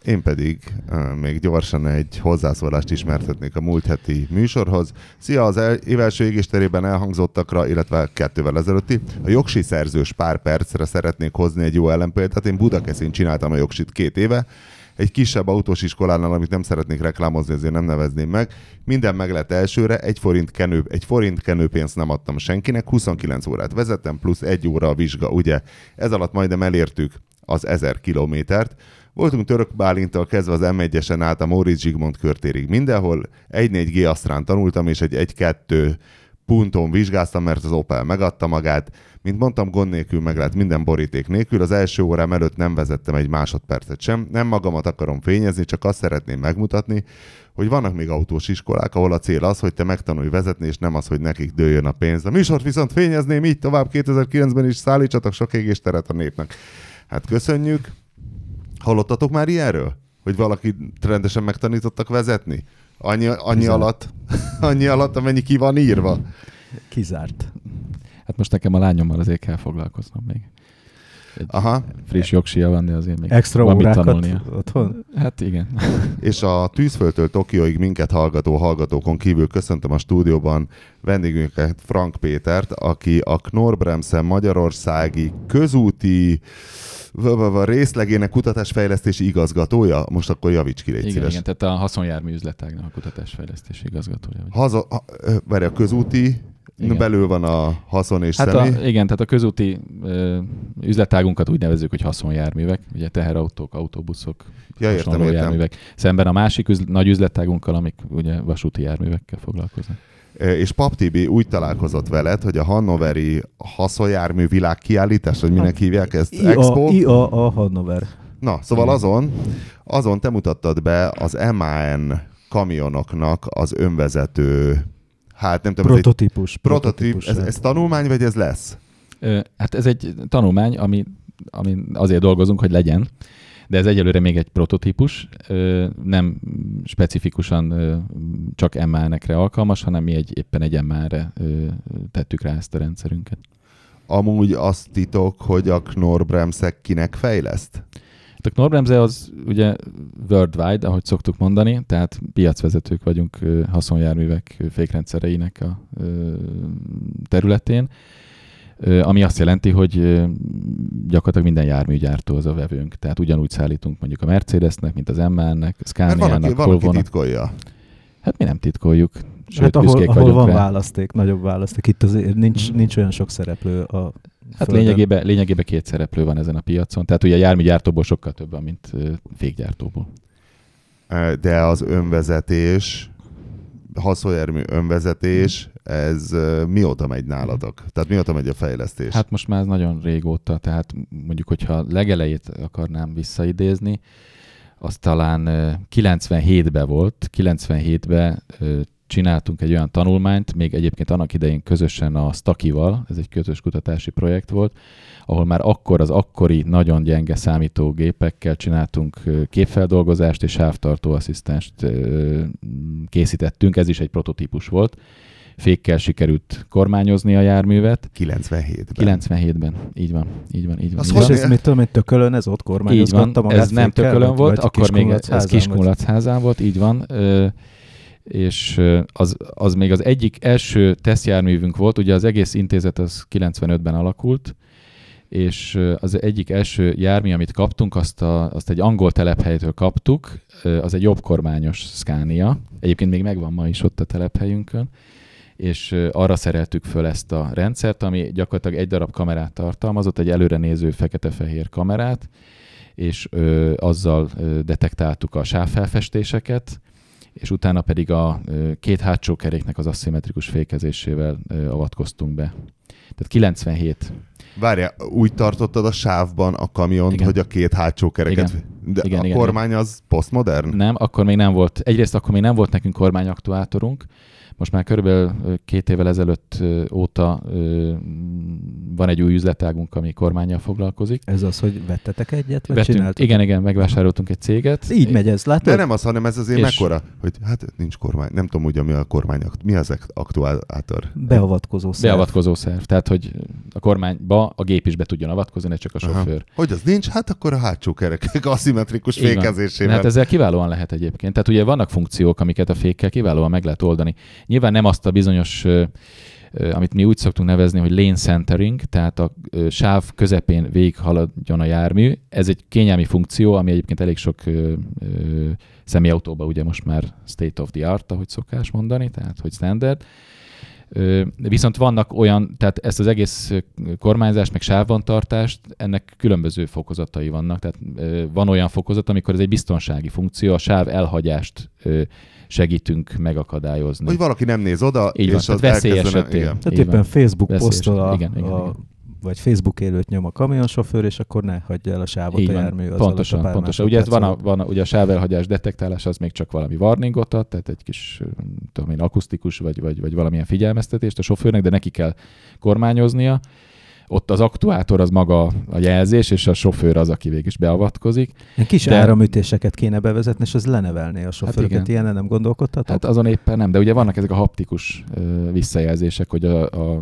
Én pedig még gyorsan egy hozzászólást ismertetnék a múlt heti műsorhoz. Szia, az év első égésterében elhangzottakra, illetve 2-vel ezelőtti. A jogsi szerzős pár percre szeretnék hozni egy jó ellenpéldát. én Budakeszin csináltam a jogsit 2 éve. Egy kisebb autós iskolánál, amit nem szeretnék reklámozni, ezért nem nevezném meg. Minden meg lett elsőre, egy forint kenőpénzt nem adtam senkinek, 29 órát vezettem, plusz 1 óra a vizsga, ugye? Ez alatt majdnem elértük az 1000 kilométert. Voltunk Török Bálinttal kezdve az M1-esen át a Móricz Zsigmond körtérig mindenhol. 1.4G Astrán tanultam, és egy 1.2 ponton vizsgáztam, mert az Opel megadta magát. Mint mondtam, gond nélkül meg lett minden boríték nélkül. Az első órám előtt nem vezettem egy másodpercet sem. Nem magamat akarom fényezni, csak azt szeretném megmutatni, hogy vannak még autós iskolák, ahol a cél az, hogy te megtanulj vezetni, és nem az, hogy nekik dőljön a pénz. A műsort viszont fényezném így tovább 2009-ben is, szállítsatok sok égésteret a népnek. Hát köszönjük. Hallottatok már ilyenről? Hogy valaki rendesen megtanítottak vezetni? Annyi alatt, amennyi ki van írva? Kizárt. Hát most nekem a lányommal azért kell foglalkoznom még. Friss jogsia van, de azért még extra van mit órákat tanulnia. Otthon? Hát igen. És a Tűzföldtől Tokióig minket hallgató hallgatókon kívül köszöntöm a stúdióban vendégünket, Frank Pétert, aki a Knorr-Bremse magyarországi közúti részlegének kutatásfejlesztési igazgatója. Most akkor javíts ki, légy szíves. Igen, tehát a haszonjármű üzletágnak a kutatásfejlesztési igazgatója. Várj, a közúti, belül van a haszon és személy. Igen, tehát a közúti üzletágunkat úgy nevezzük, hogy haszonjárművek, ugye teherautók, autóbuszok, hasonló járművek. Szemben a másik nagy üzletágunkkal, amik ugye vasúti járművekkel foglalkoznak. És Pap Tibi úgy találkozott veled, hogy a hannoveri haszonjármű világkiállítás, vagy minek hívják ezt? Expo? IAA Hannover. Na, szóval azon te mutattad be az MAN kamionoknak az önvezető, hát nem tudom, prototípus. Ez tanulmány, vagy ez lesz? Hát ez egy tanulmány, ami azért dolgozunk, hogy legyen, de ez egyelőre még egy prototípus, nem specifikusan csak MAN-ekre alkalmas, hanem mi éppen egy MAN-re tettük rá ezt a rendszerünket. Amúgy azt titok, hogy a Knorr-Bremse kinek fejleszt? A Knorr-Bremse az ugye worldwide, ahogy szoktuk mondani, tehát piacvezetők vagyunk haszonjárművek fékrendszereinek a területén, ami azt jelenti, hogy gyakorlatilag minden járműgyártó az a vevőnk. Tehát ugyanúgy szállítunk mondjuk a Mercedesnek, mint az MAN-nek, a Scania-nak, Valaki titkolja. Hát mi nem titkoljuk. Sőt, hát ahol van választék, nagyobb választék. Itt azért nincs olyan sok szereplő a Hát lényegében 2 szereplő van ezen a piacon. Tehát ugye a járműgyártóból sokkal több van, mint fékgyártóból. De az önvezetés, haszonjármű önvezetés, ez mióta megy nálatok? Tehát mióta megy a fejlesztés? Hát most már ez nagyon régóta, tehát mondjuk, hogyha legelejét akarnám visszaidézni, az talán 97-ben volt. 97-ben csináltunk egy olyan tanulmányt, még egyébként annak idején közösen a Stakival, ez egy közös kutatási projekt volt, ahol már akkor az akkori nagyon gyenge számítógépekkel csináltunk képfeldolgozást és sávtartó asszisztenst készítettünk, ez is egy prototípus volt. Fékkel sikerült kormányozni a járművet. 97-ben. Így van. És ez mit tudom, hogy Tökölön ez ott kormányozgatta magát? Ez nem Tökölön volt, akkor még ez Kiskunlachházán volt, így van. És az még az egyik első tesztjárművünk volt, ugye az egész intézet az 95-ben alakult, és az egyik első jármű, amit kaptunk, azt egy angol telephelytől kaptuk, az egy jobbkormányos Scania, egyébként még megvan ma is ott a telephelyünkön, és arra szereltük föl ezt a rendszert, ami gyakorlatilag egy darab kamerát tartalmazott, egy előrenéző fekete-fehér kamerát, és azzal detektáltuk a sávfelfestéseket, és utána pedig a 2 hátsó keréknek az aszimmetrikus fékezésével avatkoztunk be. Tehát 97. Várjál, úgy tartottad a sávban a kamiont, igen, hogy a 2 hátsó kereket... Igen. De igen, a kormány az posztmodern? Nem, akkor még nem volt. Egyrészt akkor még nem volt nekünk kormányaktuátorunk, most már körülbelül 2 évvel ezelőtt óta van egy új üzletágunk, ami kormánnyal foglalkozik. Ez az, hogy vettetek egyet, vagy csináltok? Igen, megvásároltunk egy céget. Így megy ez, látod? De nem az, hanem ez azért mekkora, hogy hát nincs kormány. Nem tudom ugye mi a kormány, mi az aktuátor? Beavatkozó szerv. Tehát, hogy a kormányba a gép is be tudjon avatkozni, ne csak a sofőr. Hogy az nincs, hát akkor a hátsó kerekek aszimmetrikus fékezésével. Hát ezzel kiválóan lehet egyébként. Tehát ugye vannak funkciók, amiket a fékkel kiválóan meg lehet oldani. Nyilván nem azt a bizonyos, amit mi úgy szoktunk nevezni, hogy lane centering, tehát a sáv közepén végighaladjon a jármű. Ez egy kényelmi funkció, ami egyébként elég sok személyautóban ugye most már state of the art, ahogy szokás mondani, tehát hogy standard. Viszont vannak olyan, tehát ezt az egész kormányzást, meg sávbantartást, ennek különböző fokozatai vannak. Tehát van olyan fokozat, amikor ez egy biztonsági funkció, a sáv elhagyást segítünk megakadályozni. Hogy valaki nem néz oda, így van, és az veszély esetén. Tehát éppen Facebook posztol vagy Facebook élőt nyom a kamionsofőr, és akkor ne hagyja el a sávot a jármű. Pontosan. Ugye ez van ugye a sávelhagyás detektálás, az még csak valami warningot ad, tehát egy kis akusztikus vagy valamilyen figyelmeztetést a sofőrnek, de neki kell kormányoznia. Ott az aktuátor az maga a jelzés, és a sofőr az, aki végig is beavatkozik. Kis áramütéseket kéne bevezetni, és az lenevelné a sofőröket. Hát ilyenen nem gondolkodtatok? Hát azon éppen nem, de ugye vannak ezek a haptikus visszajelzések, hogy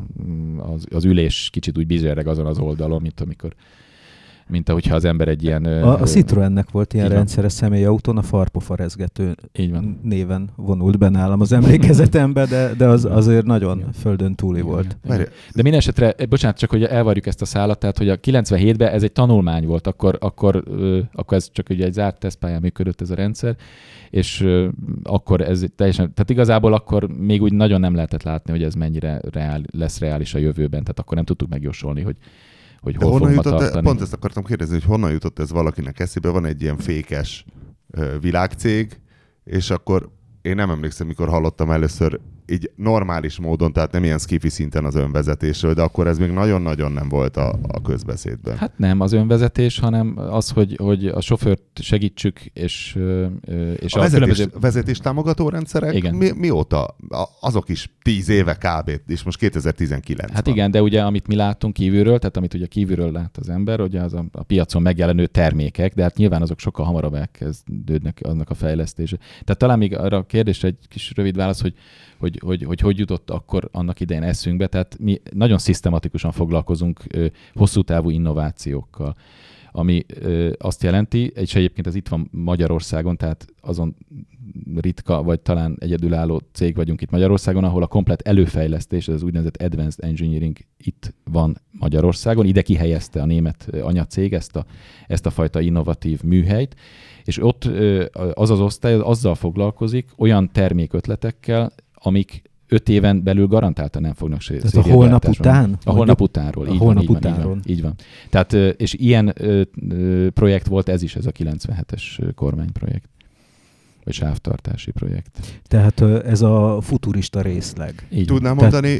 az ülés kicsit úgy bizsereg azon az oldalon, mint ahogyha az ember egy ilyen... A Citroennek volt ilyen rendszere személyautón, a farpofarezgető néven vonult be nálam az emlékezetembe, de az azért nagyon földön túli volt. De minden esetre, bocsánat, csak hogy elvarjuk ezt a szálat, tehát hogy a 97-ben ez egy tanulmány volt, akkor ez csak ugye egy zárt tesztpályán működött ez a rendszer, és akkor ez teljesen, tehát igazából akkor még úgy nagyon nem lehetett látni, hogy ez mennyire lesz reális a jövőben, tehát akkor nem tudtuk megjósolni, hogy hol fogunk tartani. Pont ezt akartam kérdezni, hogy honnan jutott ez valakinek eszébe. Van egy ilyen fékes világcég, és akkor én nem emlékszem, mikor hallottam először így normális módon, tehát nem ilyen skifi szinten az önvezetésről, de akkor ez még nagyon-nagyon nem volt a közbeszédben. Hát nem az önvezetés, hanem az, hogy a sofőrt segítsük, és a vezetés támogató rendszerek mióta? Azok is 10 éve kb. És most 2019 Hát van. igen, de ugye amit mi látunk kívülről, tehát amit ugye kívülről lát az ember, ugye az a piacon megjelenő termékek, de hát nyilván azok sokkal hamarabb elkezdődnek annak a fejlesztése. Tehát talán még arra a kérdésre egy kis rövid válasz, hogy jutott akkor annak idején eszünkbe. Tehát mi nagyon szisztematikusan foglalkozunk hosszú távú innovációkkal, ami azt jelenti, és egyébként ez itt van Magyarországon, tehát azon ritka, vagy talán egyedülálló cég vagyunk itt Magyarországon, ahol a komplett előfejlesztés, ez az úgynevezett Advanced Engineering itt van Magyarországon. Ide kihelyezte a német anyacég ezt a fajta innovatív műhelyt, és ott az osztály azzal foglalkozik, olyan termékötletekkel, amik 5 éven belül garantáltan nem fognak Tehát a holnap után? A holnap utánról. Így van. Tehát, és ilyen projekt volt ez is, ez a 97-es kormányprojekt. Vagy sávtartási projekt. Tehát ez a futurista részleg. Tudnám mondani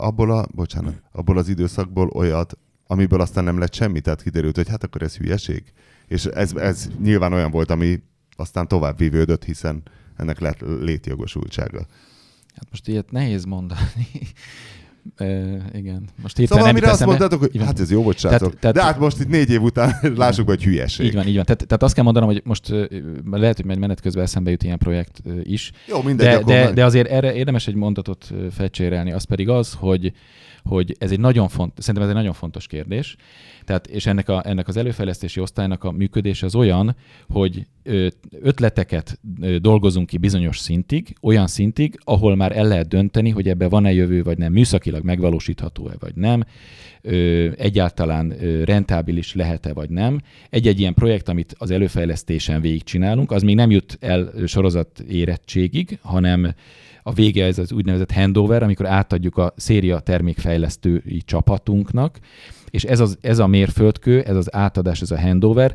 abból az időszakból olyat, amiből aztán nem lett semmi, tehát kiderült, hogy hát akkor ez hülyeség. És ez nyilván olyan volt, ami aztán tovább vívődött, hiszen ennek lett létjogosultsága. Hát most ilyet nehéz mondani. Igen. Most szóval amire azt mondtátok, hogy hát ez jó volt, srácok. De hát most itt 4 év után lássuk, hogy hülyeség. Így van. Tehát azt kell mondanom, hogy most lehet, hogy majd menet közben eszembe jut ilyen projekt is. Jó, mindegy. De azért erre érdemes egy mondatot felcsérelni, az pedig az, hogy ez egy szerintem ez egy nagyon fontos kérdés. Tehát, és ennek az előfejlesztési osztálynak a működése az olyan, hogy ötleteket dolgozunk ki bizonyos szintig, olyan szintig, ahol már el lehet dönteni, hogy ebben van-e jövő, vagy nem, műszakilag megvalósítható-e, vagy nem, egyáltalán rentábilis lehet-e, vagy nem. Egy-egy ilyen projekt, amit az előfejlesztésen végigcsinálunk, az még nem jut el sorozat érettségig, hanem a vége ez az úgynevezett handover, amikor átadjuk a széria termékfejlesztői csapatunknak, és ez a mérföldkő, ez az átadás, ez a handover,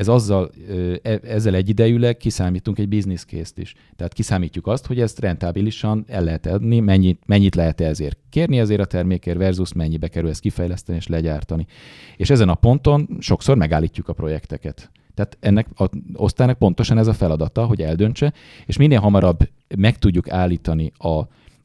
ezzel egyidejűleg kiszámítunk egy business case-t is. Tehát kiszámítjuk azt, hogy ezt rentábilisan el lehet adni, mennyit lehet ezért kérni ezért a termékért versus mennyibe kerül ezt kifejleszteni és legyártani. És ezen a ponton sokszor megállítjuk a projekteket. Tehát ennek az osztálynak pontosan ez a feladata, hogy eldöntse, és minél hamarabb meg tudjuk állítani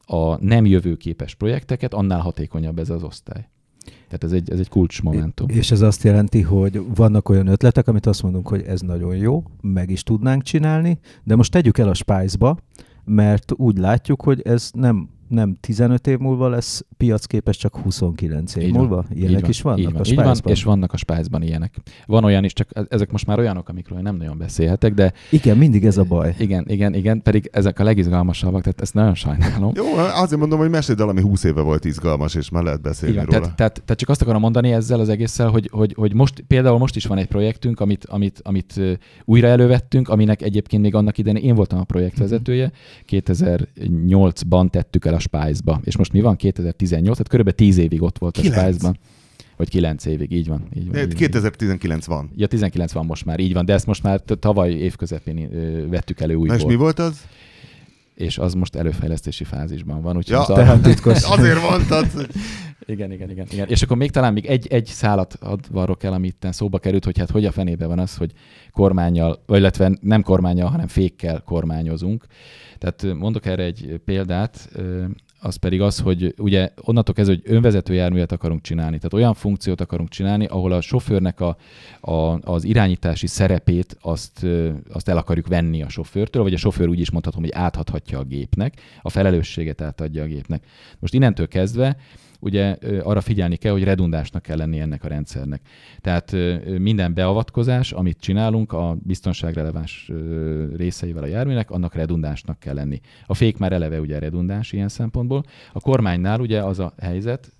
a nem jövőképes projekteket, annál hatékonyabb ez az osztály. Tehát ez egy kulcsmomentum. És ez azt jelenti, hogy vannak olyan ötletek, amit azt mondunk, hogy ez nagyon jó, meg is tudnánk csinálni, de most tegyük el a Spice-ba, mert úgy látjuk, hogy ez nem 15 év múlva lesz piacképes, csak 29 év múlva. Ilyenek is vannak a Spice-ban. És vannak a Spice-ban ilyenek. Van olyan is, csak ezek most már olyanok, amikről nem nagyon beszélhetek, de... Igen, mindig ez a baj. Igen, pedig ezek a legizgalmasabbak, tehát ezt nagyon sajnálom. Jó, azért mondom, hogy meséld el, ami 20 éve volt izgalmas, és már lehet beszélni róla. Tehát csak azt akarom mondani ezzel az egésszel, hogy például most is van egy projektünk, amit újra elővettünk, aminek egyébként még annak idején én voltam a projektvezetője. 2008-ban tettük el a Spice-ba. És most mi van? 2018, tehát körülbelül 10 évig ott volt a Spice-ban. Vagy 9 évig, így van. 2019 van. Ja, 19 van most már, így van, de ezt most már tavaly évközepén vettük elő újból. Na és mi volt az? És az most előfejlesztési fázisban van. Ja, tehát titkos. Azért mondtad. Igen. És akkor még talán egy szálat varrok el, amit szóba került, hogy hát hogy a fenébe van az, hogy kormánnyal, vagy illetve nem kormánnyal, hanem fékkel kormányozunk. Tehát mondok erre egy példát, az pedig az, hogy ugye onnantól kezdve, hogy önvezető járművet akarunk csinálni, tehát olyan funkciót akarunk csinálni, ahol a sofőrnek az irányítási szerepét azt el akarjuk venni a sofőrtől, vagy a sofőr úgy is mondhatom, hogy átadhatja a gépnek, a felelősséget átadja a gépnek. Most innentől kezdve ugye arra figyelni kell, hogy redundánsnak kell lenni ennek a rendszernek. Tehát minden beavatkozás, amit csinálunk a biztonságreleváns részeivel a járműnek, annak redundánsnak kell lenni. A fék már eleve ugye redundáns ilyen szempontból. A kormánynál ugye az a helyzet,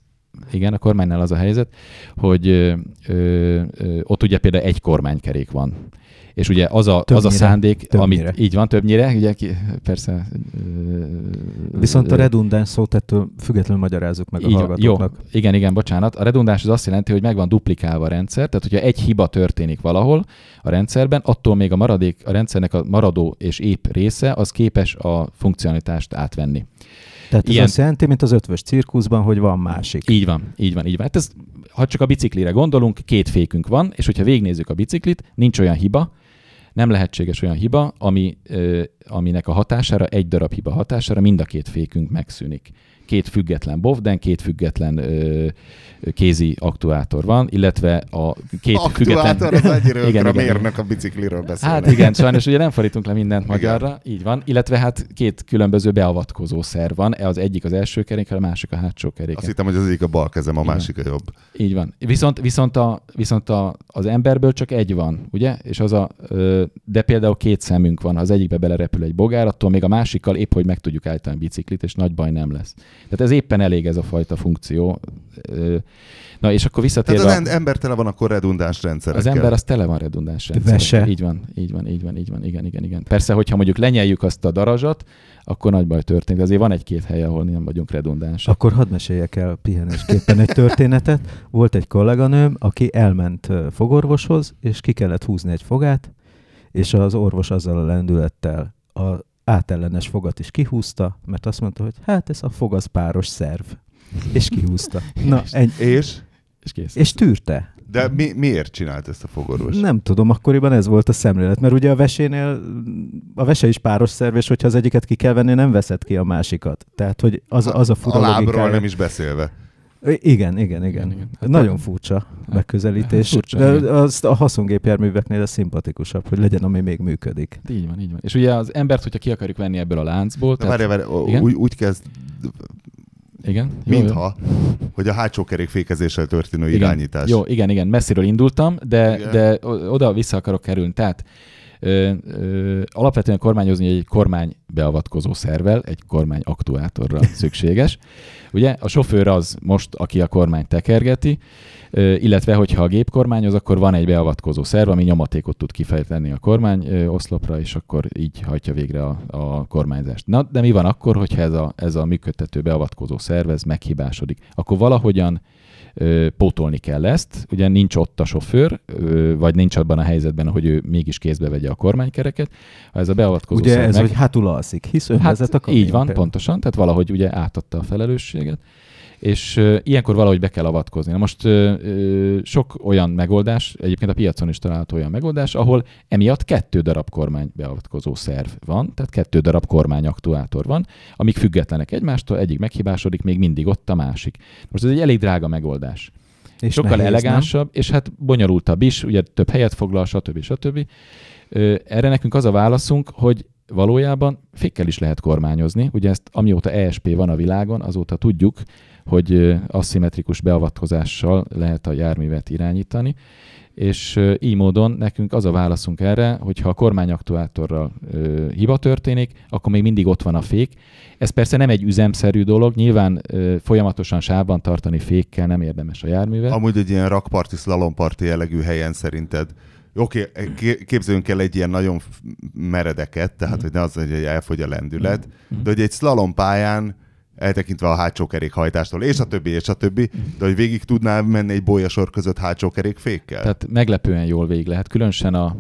hogy ott ugye például egy kormánykerék van. És ugye az a szándék, amit így van többnyire, ugye persze... Viszont a redundáns szót ettől függetlenül magyarázzuk meg a hallgatóknak. Jó, igen, bocsánat. A redundáns az azt jelenti, hogy meg van duplikálva a rendszer, tehát hogyha egy hiba történik valahol a rendszerben, attól még a rendszernek a maradó és épp része az képes a funkcionalitást átvenni. Tehát ez azt jelenti, mint az ötvös cirkuszban, hogy van másik. Így van. Hát ez, ha csak a biciklire gondolunk, 2 fékünk van, és hogyha végignézzük a biciklit, nincs olyan hiba, nem lehetséges olyan hiba, aminek a hatására, egy darab hiba hatására mind a 2 fékünk megszűnik. 2 független bovden, 2 független kézi aktuátor van, illetve a 2 független... Aktuátor az egyről, a mérnök a bicikliről beszélnek. Hát igen, sajnos ugye nem fordítunk le mindent magyarra, így van, illetve hát 2 különböző beavatkozó szer van, az egyik az első keréken, a másik a hátsó keréken. Azt hittem, hogy az egyik a bal kezem, a másik a jobb. Így van. Viszont az emberből csak egy van, ugye? És de például 2 szemünk van, az egyikbe belerepül egy bogár, attól még a másikkal épp, hogy meg tudjuk állítani a biciklit, és nagy baj nem lesz. Tehát ez éppen elég ez a fajta funkció. Na és akkor visszatérve... Tehát az ember tele van akkor redundáns rendszerekkel. Az ember az tele van redundáns rendszerekkel. Így van. Igen. Persze, hogyha mondjuk lenyeljük azt a darazsat, akkor nagy baj történik. De azért van 1-2 hely, ahol nem vagyunk redundánsak. Akkor hadd meséljek el pihenésképpen egy történetet. Volt egy kolléganőm, aki elment fogorvoshoz, és ki kellett húzni egy fogát, és az orvos azzal a lendülettel a átellenes fogat is kihúzta, mert azt mondta, hogy hát ez a fog az páros szerv. És kihúzta. Na, és kész. És tűrte. De miért csinált ezt a fogorvos? Nem tudom, akkoriban ez volt a szemlélet, mert ugye a vese is páros szerv, és hogyha az egyiket ki kell venni, nem veszed ki a másikat. Tehát, hogy az a fura logikája. A lábról nem is beszélve. Igen. Nagyon furcsa megközelítés. Furcsa, de a haszongépjárműveknél ez szimpatikusabb, hogy legyen, ami még működik. Így van. És ugye az embert, hogyha ki akarjuk venni ebből a láncból... Várj, úgy kezd... Igen. Mintha, hogy a hátsó kerék fékezéssel történő irányítás. Jó, igen. Messziről indultam, de oda-vissza akarok kerülni. Tehát alapvetően kormányozni egy kormány beavatkozó szervvel, egy kormány aktuátorra szükséges. Ugye a sofőr az most, aki a kormányt tekergeti, illetve hogyha a gép kormányoz, akkor van egy beavatkozó szerv, ami nyomatékot tud kifejteni a kormány oszlopra, és akkor így hajtja végre a kormányzást. Na, de mi van akkor, hogyha ez a működtető beavatkozó szerv ez meghibásodik? Akkor valahogyan pótolni kell ezt, ugye nincs ott a sofőr, vagy nincs abban a helyzetben, hogy ő mégis kézbe vegye a kormánykeret. Ha ez a beavatkozó ugye ez, hogy hátul alszik, hisz vezet a kamion. Így van, pontosan, tehát valahogy ugye átadta a felelősséget, és ilyenkor valahogy be kell avatkozni. Na most sok olyan megoldás, egyébként a piacon is található olyan megoldás, ahol emiatt 2 darab kormány beavatkozó szerv van, tehát 2 darab kormányaktuátor van, amik függetlenek egymástól, egyik meghibásodik, még mindig ott a másik. Most ez egy elég drága megoldás. És sokkal nehéz, elegánsabb, nem? És hát bonyolultabb is, ugye több helyet foglal, stb. Erre nekünk az a válaszunk, hogy valójában fékkel is lehet kormányozni. Ugye ezt amióta ESP van a világon, azóta tudjuk, hogy aszimmetrikus beavatkozással lehet a járművet irányítani, és így módon nekünk az a válaszunk erre, hogyha a kormányaktuátorral hiba történik, akkor még mindig ott van a fék. Ez persze nem egy üzemszerű dolog, nyilván folyamatosan sávban tartani fékkel nem érdemes a járművet. Amúgy egy ilyen rakparti, szlalomparti jellegű helyen szerinted oké, képzeljünk el egy ilyen nagyon meredeket, tehát hogy ne az, hogy elfogy a lendület, de hogy egy szlalompályán eltekintve a hátsó kerékhajtástól, és a többi, de hogy végig tudnál menni egy bolyasor között hátsó kerékfékkel? Tehát meglepően jól végig lehet. Különösen a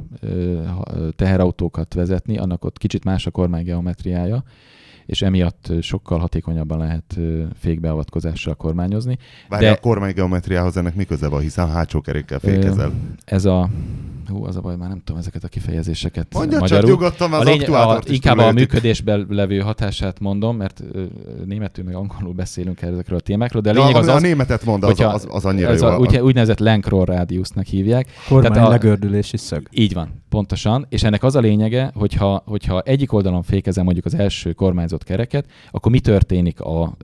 teherautókat vezetni, annak ott kicsit más a kormánygeometriája, és emiatt sokkal hatékonyabban lehet fékbeavatkozással kormányozni. Várj, a kormánygeometriához ennek mi köze van, hiszen hátsó kerékkel fékezel? Ez a... az a baj, már nem tudom ezeket a kifejezéseket mondja magyarul. Csak nyugodtan az aktuátort is inkább a működésben levő hatását mondom, mert németül meg angolul beszélünk ezekről a témákról, de a lényeg az a németet mond, az annyira jó. Úgynevezett Lenkror rádiusznak hívják. Kormány legördülési szög. Így van, pontosan. És ennek az a lényege, hogyha egyik oldalon fékezem mondjuk az első kormányzott kereket, akkor mi történik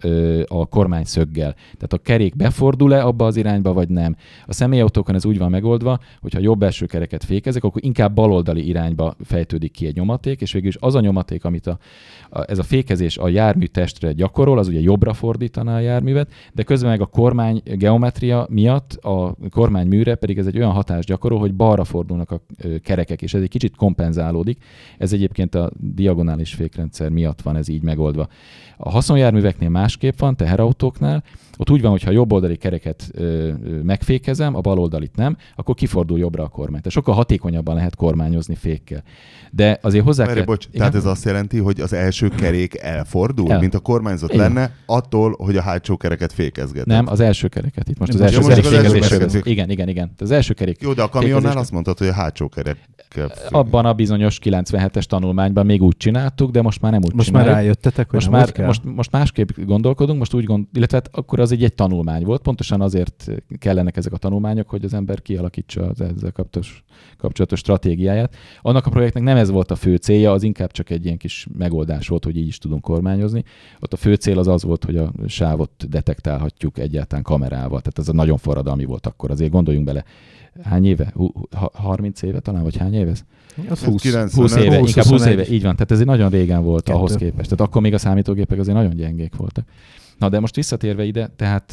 a kormányszöggel? Tehát a kerék befordul-e abba az irányba, vagy nem? A személyautókon ez úgy van megoldva, hogyha jobb első kereket fékezek, akkor inkább baloldali irányba fejtődik ki egy nyomaték, és végül is az a nyomaték, amit ez a fékezés a jármű testre gyakorol, az ugye jobbra fordítaná a járművet, de közben meg a kormány geometria miatt a kormányműre pedig ez egy olyan hatást gyakorol, hogy balra fordulnak a kerekek, és ez egy kicsit kompenzálódik. Ez egyébként a diagonális fékrendszer miatt van ez így megoldva. A haszonjárműveknél másképp van, teherautóknál, ott úgy van, hogy ha a jobboldali kereket megfékezem, a baloldalit nem, akkor kifordul jobbra a kormány. Tehát sokkal hatékonyabban lehet kormányozni fékkel. De azért hozzá kell... Tehát ez azt jelenti, hogy az első kerék elfordul, mint a kormányzat lenne, attól, hogy a hátsó kereket fékezgeted. Nem, az első kereket itt. Most az első kerék fékezésről. Igen. Az első kerék. Jó, de a kamionnál azt mondtad, hogy a hátsó kerek. Abban a bizonyos 97-es tanulmányban még úgy csináltuk, de most már nem úgy csináljuk. Most már rájöttetek, hogy most másképp gondolkodunk, illetve hát akkor az egy tanulmány volt. Pontosan azért kellenek ezek a tanulmányok, hogy az ember kialakítsa az ezzel kapcsolatos stratégiáját. Annak a projektnek nem ez volt a fő célja, az inkább csak egy ilyen kis megoldás volt, hogy így is tudunk kormányozni. Ott a fő cél az volt, hogy a sávot detektálhatjuk egyáltalán kamerával. Tehát ez a nagyon forradalmi volt akkor. Azért gondoljunk bele. Hány éve? 30 éve talán, vagy hány éve ez? 20 éve, inkább 20 éve, így van. Tehát ez nagyon régen volt ahhoz képest. Tehát akkor még a számítógépek azért nagyon gyengék voltak. Na, de most visszatérve ide, tehát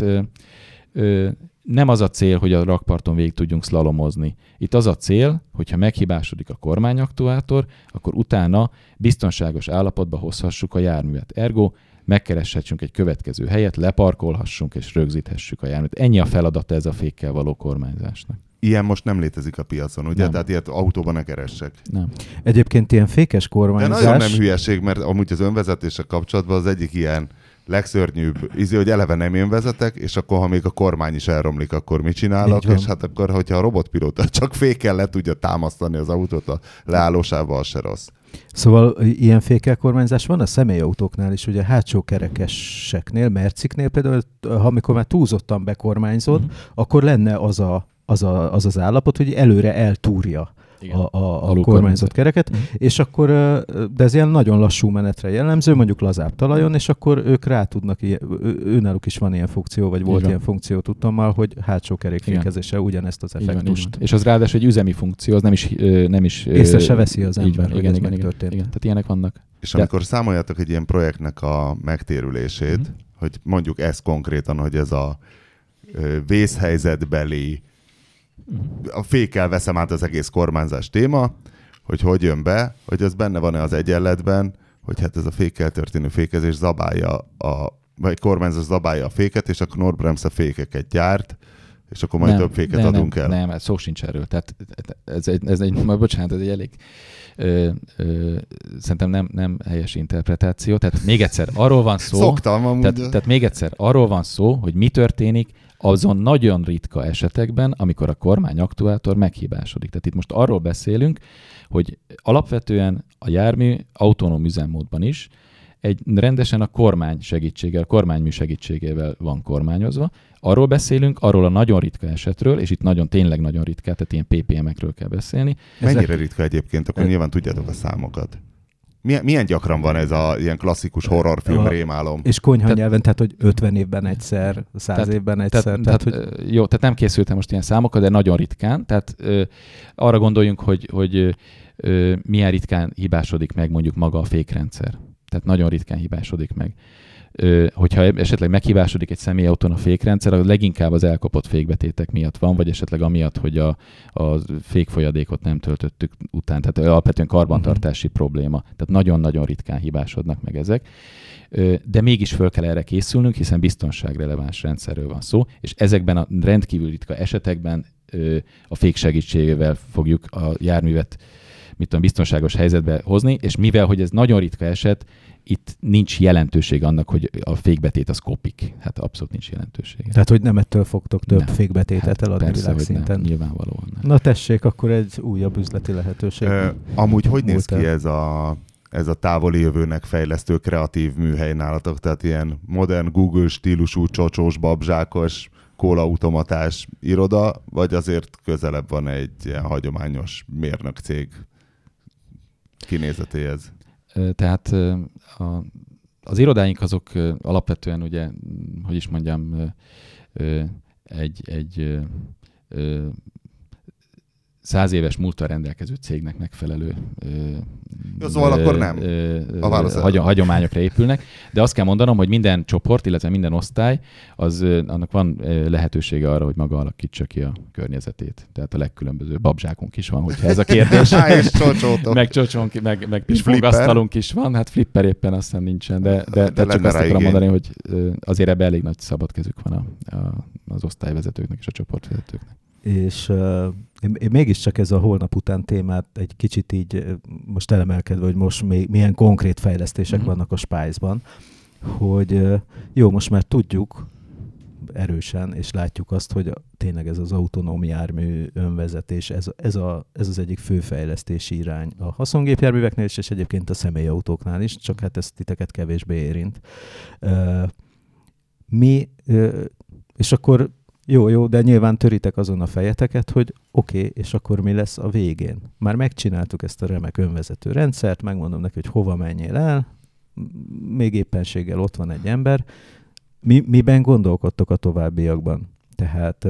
nem az a cél, hogy a rakparton végig tudjunk szlalomozni. Itt az a cél, hogyha meghibásodik a kormányaktuátor, akkor utána biztonságos állapotba hozhassuk a járművet. Ergo megkereshessünk egy következő helyet, leparkolhassunk és rögzíthessük a járművet. Ennyi a feladata ez a fékkel való kormányzásnak. Ilyen most nem létezik a piacon, ugye? Nem. Tehát ilyet autóban ne keressek. Nem. Egyébként ilyen fékes kormányzás... De nagyon nem hülyeség, mert amúgy az önvezetéssel kapcsolatban az egyik ilyen legszörnyűbb hogy eleve nem én vezetek, és akkor ha még a kormány is elromlik, akkor mit csinálok? És hát akkor, hogyha a robotpilóta csak fékkel le tudja támasztani az autót a leállósába, az se rossz. Szóval ilyen fékkel kormányzás van a személyautóknál is, ugye hátsó kerekeseknél, merciknél például, amikor már túlzottan bekormányzod, akkor lenne az állapot, hogy előre eltúrja a kormányzott kereket, és akkor, de ez ilyen nagyon lassú menetre jellemző, mondjuk lazább talajon, és akkor ők rá tudnak, őnáluk is van ilyen funkció, vagy volt ilyen funkció, tudtommal, hogy hátsó kerékfékezéssel ugyanezt az effektust. És az ráadásul egy üzemi funkció, az nem is észre se veszi az ember, hogy ez megtörtént. Igen, tehát ilyenek vannak. És amikor számoljátok egy ilyen projektnek a megtérülését, hogy mondjuk ez konkrétan, hogy ez a vészhelyzetbeli a fékkel veszem át az egész kormányzás téma, hogy jön be, hogy ez benne van-e az egyenletben, hogy hát ez a fékkel történő fékezés zabálja vagy kormányzás zabálja a féket, és akkor Knorr-Bremse fékeket gyárt, és akkor majd több féket adunk el. Nem, szó sincs erről. Tehát ez egy elég szerintem nem helyes interpretáció. Tehát még egyszer arról van szó, Szoktam amúgy. Tehát még egyszer arról van szó, hogy mi történik azon nagyon ritka esetekben, amikor a kormányaktuátor meghibásodik. Tehát itt most arról beszélünk, hogy alapvetően a jármű autonóm üzemmódban is rendesen a kormány segítségével, a kormánymű segítségével van kormányozva. Arról beszélünk, arról a nagyon ritka esetről, és itt tényleg nagyon ritka, tehát ilyen PPM-ekről kell beszélni. Mennyire ritka egyébként? Akkor nyilván tudjátok a számokat. Milyen gyakran van ez a ilyen klasszikus horrorfilm rémálom? És konyha nyelven, tehát hogy 50 évben egyszer, 100 évben egyszer. Jó, tehát nem készültem most ilyen számokat, de nagyon ritkán. Tehát arra gondoljunk, hogy milyen ritkán hibásodik meg mondjuk maga a fékrendszer. Tehát nagyon ritkán hibásodik meg. Hogyha esetleg meghibásodik egy személyautón a fékrendszer, az leginkább az elkapott fékbetétek miatt van, vagy esetleg amiatt, hogy a fékfolyadékot nem töltöttük után. Tehát alapvetően karbantartási probléma. Tehát nagyon-nagyon ritkán hibásodnak meg ezek. De mégis föl kell erre készülnünk, hiszen biztonságreleváns rendszerről van szó, és ezekben a rendkívül ritka esetekben a fék segítségével fogjuk a járművet biztonságos helyzetbe hozni, és mivel, hogy ez nagyon ritka eset, itt nincs jelentőség annak, hogy a fékbetét az kopik. Hát abszolút nincs jelentőség. Tehát, hogy nem ettől fogtok több fékbetétet eladni világszinten. Nyilvánvalóan nem. Na tessék, akkor egy újabb üzleti lehetőség. Amúgy hogy néz ki ez a távoli jövőnek fejlesztő kreatív műhely nálatok? Tehát ilyen modern Google stílusú, csocsós, babzsákos, kólaautomatás iroda, vagy azért közelebb van egy ilyen hagyományos mérnök cég kinézetéhez? Tehát az irodáink azok alapvetően ugye, hogy is mondjam, egy 100 éves múlttal rendelkező cégnek megfelelő szóval akkor nem. Hagyományokra épülnek, de azt kell mondanom, hogy minden csoport, illetve minden osztály, annak van lehetősége arra, hogy maga alakítsa ki a környezetét. Tehát a legkülönbözőbb babzsákunk is van, hogyha ez a kérdés. És csocsótok. Meg csocsónk, meg pingpongasztalunk is van, hát flipper éppen aztán nincsen, de csak azt akarom mondani, hogy azért ebben elég nagy szabad kezük van az osztályvezetőknek és a csoportvezetőknek. És én mégiscsak ez a holnap után témát egy kicsit így most elemelkedve, hogy most még milyen konkrét fejlesztések vannak a Spice-ban, hogy jó, most már tudjuk erősen, és látjuk azt, hogy tényleg ez az autonóm jármű önvezetés, ez az egyik fő fejlesztési irány a haszongépjárműveknél is, és egyébként a személyautóknál is, csak hát ez titeket kevésbé érint. És akkor jó, de nyilván töritek azon a fejeteket, hogy oké, és akkor mi lesz a végén? Már megcsináltuk ezt a remek önvezető rendszert, megmondom neki, hogy hova menjél el, még éppenséggel ott van egy ember. Miben gondolkodtok a továbbiakban? Tehát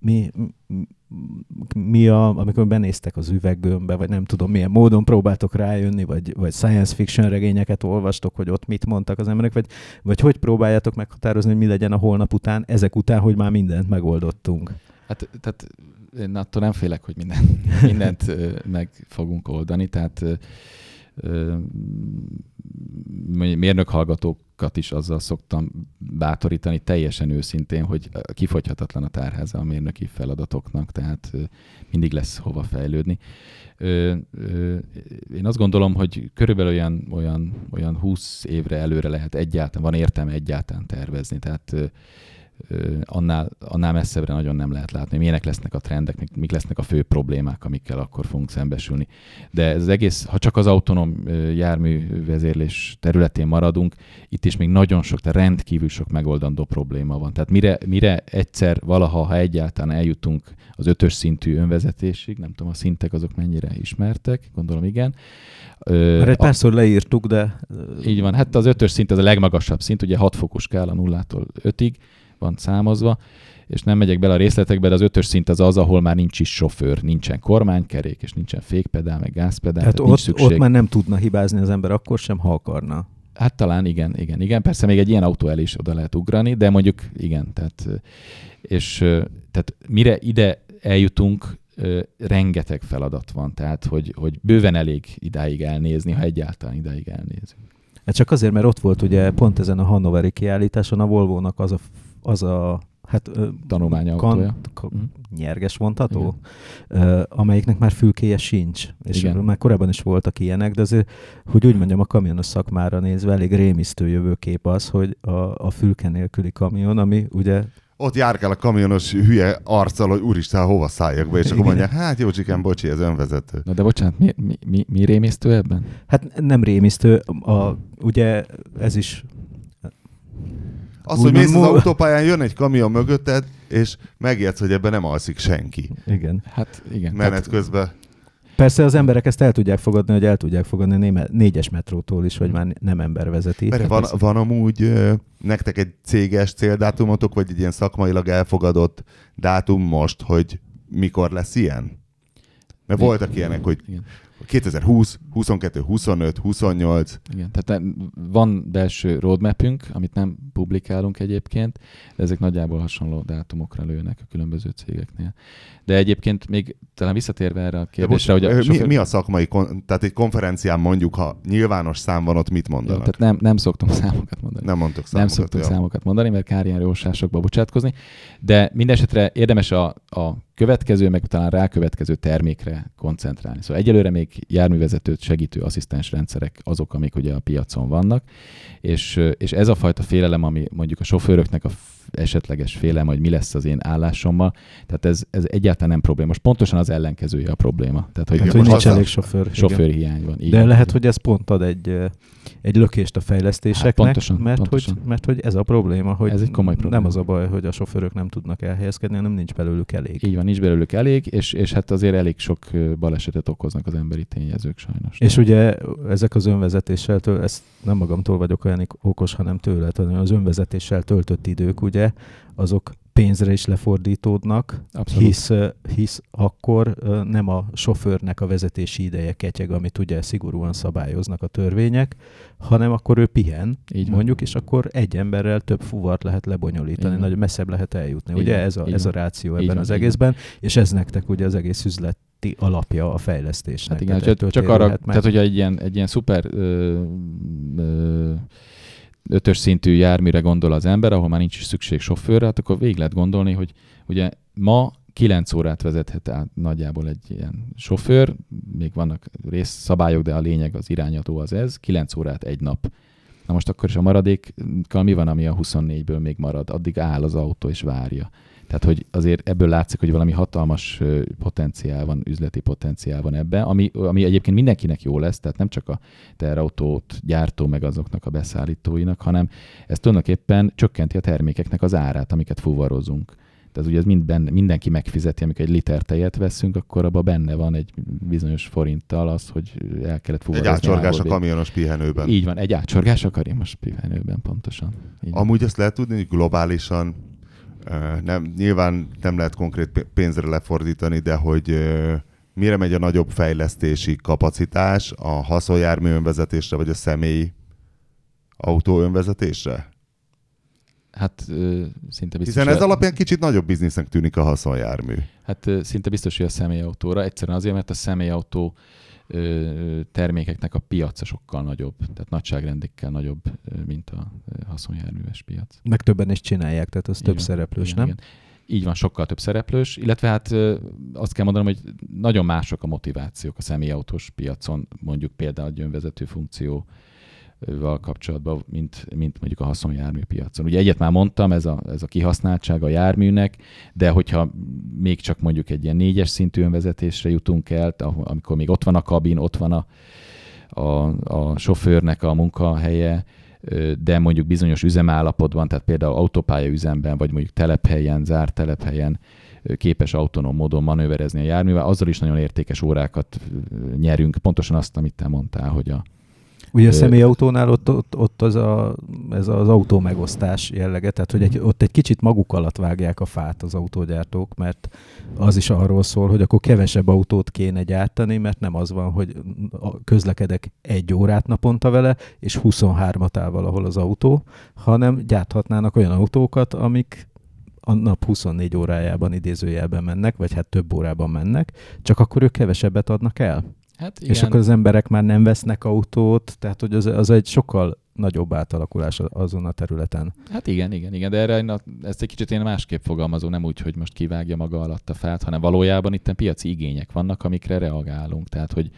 amikor benéztek az üveggömbbe, vagy nem tudom, milyen módon próbáltok rájönni, vagy science fiction regényeket olvastok, hogy ott mit mondtak az emberek, vagy hogy próbáljátok meghatározni, hogy mi legyen a holnap után, ezek után, hogy már mindent megoldottunk? Hát tehát én attól nem félek, hogy mindent meg fogunk oldani, tehát mérnök hallgatókat is azzal szoktam bátorítani teljesen őszintén, hogy kifogyhatatlan a tárháza a mérnöki feladatoknak, tehát mindig lesz hova fejlődni. Én azt gondolom, hogy körülbelül olyan 20 évre előre lehet van értelme egyáltalán tervezni, tehát annál messzebbre nagyon nem lehet látni, milyenek lesznek a trendek, mik lesznek a fő problémák, amikkel akkor fogunk szembesülni. De ez az egész, ha csak az autonóm járművezérlés területén maradunk, itt is még nagyon sok, de rendkívül sok megoldandó probléma van. Tehát mire egyszer valaha, ha egyáltalán eljutunk az 5-ös szintű önvezetésig, nem tudom, a szintek azok mennyire ismertek, gondolom igen. Mert egy párszor leírtuk, de... Így van, hát az 5-ös szint az a legmagasabb szint, ugye 6 fokos skála 0-tól 5-ig van számozva, és nem megyek bele a részletekbe, de az 5-ös szint az, ahol már nincs is sofőr, nincsen kormánykerék, és nincsen fékpedál, meg gázpedál. Tehát ott már nem tudna hibázni az ember akkor sem, ha akarna. Hát talán igen. Persze még egy ilyen autó el is oda lehet ugrani, de mondjuk igen. Tehát mire ide eljutunk, rengeteg feladat van, tehát hogy bőven elég idáig elnézni, ha egyáltalán idáig elnézünk. Hát csak azért, mert ott volt ugye pont ezen a hannoveri kiállításon a Volvo-nak az a tanulmányautója. Nyerges mondható, amelyiknek már fülkéje sincs. És igen. Már korábban is voltak ilyenek, de azért, hogy úgy mondjam, a kamionos szakmára nézve elég rémisztő jövőkép az, hogy a fülke nélküli kamion, ami ugye... Ott járkál a kamionos hülye arccal, hogy úristen, hova szálljak be, és akkor mondják, hát Jócsikám, bocsi, ez önvezető. Na de bocsánat, mi rémisztő ebben? Hát nem rémisztő, ugye ez is... Az, hogy mész az autópályán, jön egy kamion mögötted, és megijedsz, hogy ebben nem alszik senki. Igen. Hát igen. Menet közben. Persze az emberek ezt el tudják fogadni, hogy el tudják fogadni 4-es metrótól is, hogy már nem ember vezeti. Van amúgy nektek egy céges céldátumotok, vagy egy ilyen szakmailag elfogadott dátum most, hogy mikor lesz ilyen? Mert voltak ilyenek, hogy 2020, 22, 25, 28. Igen, tehát van belső roadmapünk, amit nem publikálunk egyébként, de ezek nagyjából hasonló dátumokra lőnek a különböző cégeknél. De egyébként még talán visszatérve erre a kérdésre, hogy mi a szakmai, tehát egy konferencián mondjuk, ha nyilvános szám van, ott mit mondanak? Jó, tehát nem szoktunk számokat mondani. Nem mondtok számokat. Nem szoktunk számokat mondani, mert kár ilyen jósásokba bocsátkozni, de mindesetre érdemes a következő, meg talán rákövetkező termékre koncentrálni. Szóval egyelőre még járművezetőt segítő asszisztens rendszerek azok, amik ugye a piacon vannak, és ez a fajta félelem, ami mondjuk a sofőröknek a esetleges félelem, hogy mi lesz az én állásommal, tehát ez egyáltalán nem probléma. Most pontosan az ellenkezője a probléma. Tehát, hogy nincs elég sofőr hiány van. De lehet, hogy ez pont ad egy lökést a fejlesztéseknek, pontosan. Mert hogy ez a probléma, hogy ez egy komoly probléma. Nem az a baj, hogy a sofőrök nem tudnak elhelyezkedni, hanem nincs belőlük elég. Így van, nincs belőlük elég, és hát azért elég sok balesetet okoznak az emberi tényezők sajnos. És ugye ezek az önvezetéssel, ezt nem magamtól vagyok olyan okos, hanem tőle, hanem az önvezetéssel töltött idők, ugye, azok pénzre is lefordítódnak, hisz akkor nem a sofőrnek a vezetési ideje ketyeg, amit ugye szigorúan szabályoznak a törvények, hanem akkor ő pihen, mondjuk, és akkor egy emberrel több fuvart lehet lebonyolítani, nagyon messzebb lehet eljutni. Ugye ez a ráció ebben az egészben, és ez nektek ugye az egész üzleti alapja a fejlesztésnek. Hát igen, csak arra, tehát hogy egy ilyen szuper 5-ös szintű járműre gondol az ember, ahol már nincs is szükség sofőrre, hát akkor végig lehet gondolni, hogy ugye ma 9 órát vezethet át nagyjából egy ilyen sofőr, még vannak részszabályok, de a lényeg, az irányadó az ez, 9 órát egy nap. Na most akkor is a maradékkal mi van, ami a 24-ből még marad? Addig áll az autó és várja. Tehát, hogy azért ebből látszik, hogy valami hatalmas potenciál van, üzleti potenciál van ebben, ami egyébként mindenkinek jó lesz, tehát nem csak a teherautót gyártó meg azoknak a beszállítóinak, hanem ez tulajdonképpen csökkenti a termékeknek az árát, amiket fuvarozunk. Tehát ugye ez mindenki megfizeti, amikor egy liter tejet veszünk, akkor abban benne van egy bizonyos forinttal az, hogy el kellett fuvarozni. Egy átcsorgás a kamionos pihenőben. Így van, egy átcsorgás a kamionos pihenőben, pontosan. Így amúgy azt lehet tudni, hogy globálisan nyilván nem lehet konkrét pénzre lefordítani, de hogy mire megy a nagyobb fejlesztési kapacitás, a haszonjármű önvezetésre, vagy a személyi autó önvezetésre? Hát szinte biztos. Hiszen ez alapján kicsit nagyobb biznisznek tűnik a haszonjármű. Hát szinte biztos, hogy a személyautóra. Egyszerűen azért, mert a személyautó termékeknek a piaca sokkal nagyobb, tehát nagyságrendekkel nagyobb, mint a haszonjárműves piac. Meg többen is csinálják, tehát az több szereplős, nem? Igen. Így van, sokkal több szereplős, illetve hát azt kell mondanom, hogy nagyon mások a motivációk a személyautós piacon, mondjuk például egy önvezető funkcióval kapcsolatban, mint mondjuk a haszonjármű piacon. Ugye egyet már mondtam, ez a kihasználtság a járműnek, de hogyha még csak mondjuk egy ilyen 4-es szintű önvezetésre jutunk el, amikor még ott van a kabin, ott van a sofőrnek a munkahelye, de mondjuk bizonyos üzemállapotban, tehát például autópálya üzemben, vagy mondjuk telephelyen, zárt telephelyen képes autonóm módon manőverezni a járművel, azzal is nagyon értékes órákat nyerünk. Pontosan azt, amit te mondtál, hogy ugye a személyautónál ott ez az autó megosztás jellege, tehát hogy ott egy kicsit maguk alatt vágják a fát az autógyártók, mert az is arról szól, hogy akkor kevesebb autót kéne gyártani, mert nem az van, hogy közlekedek 1 órát naponta vele, és 23-at áll valahol az autó, hanem gyárthatnának olyan autókat, amik a nap 24 órájában idézőjelben mennek, vagy hát több órában mennek, csak akkor ők kevesebbet adnak el. Hát igen. És akkor az emberek már nem vesznek autót, tehát hogy az egy sokkal nagyobb átalakulás azon a területen. Hát igen, de erre ezt egy kicsit én másképp fogalmazom, nem úgy, hogy most kivágja maga alatt a fát, hanem valójában itt piaci igények vannak, amikre reagálunk. Tehát, hogy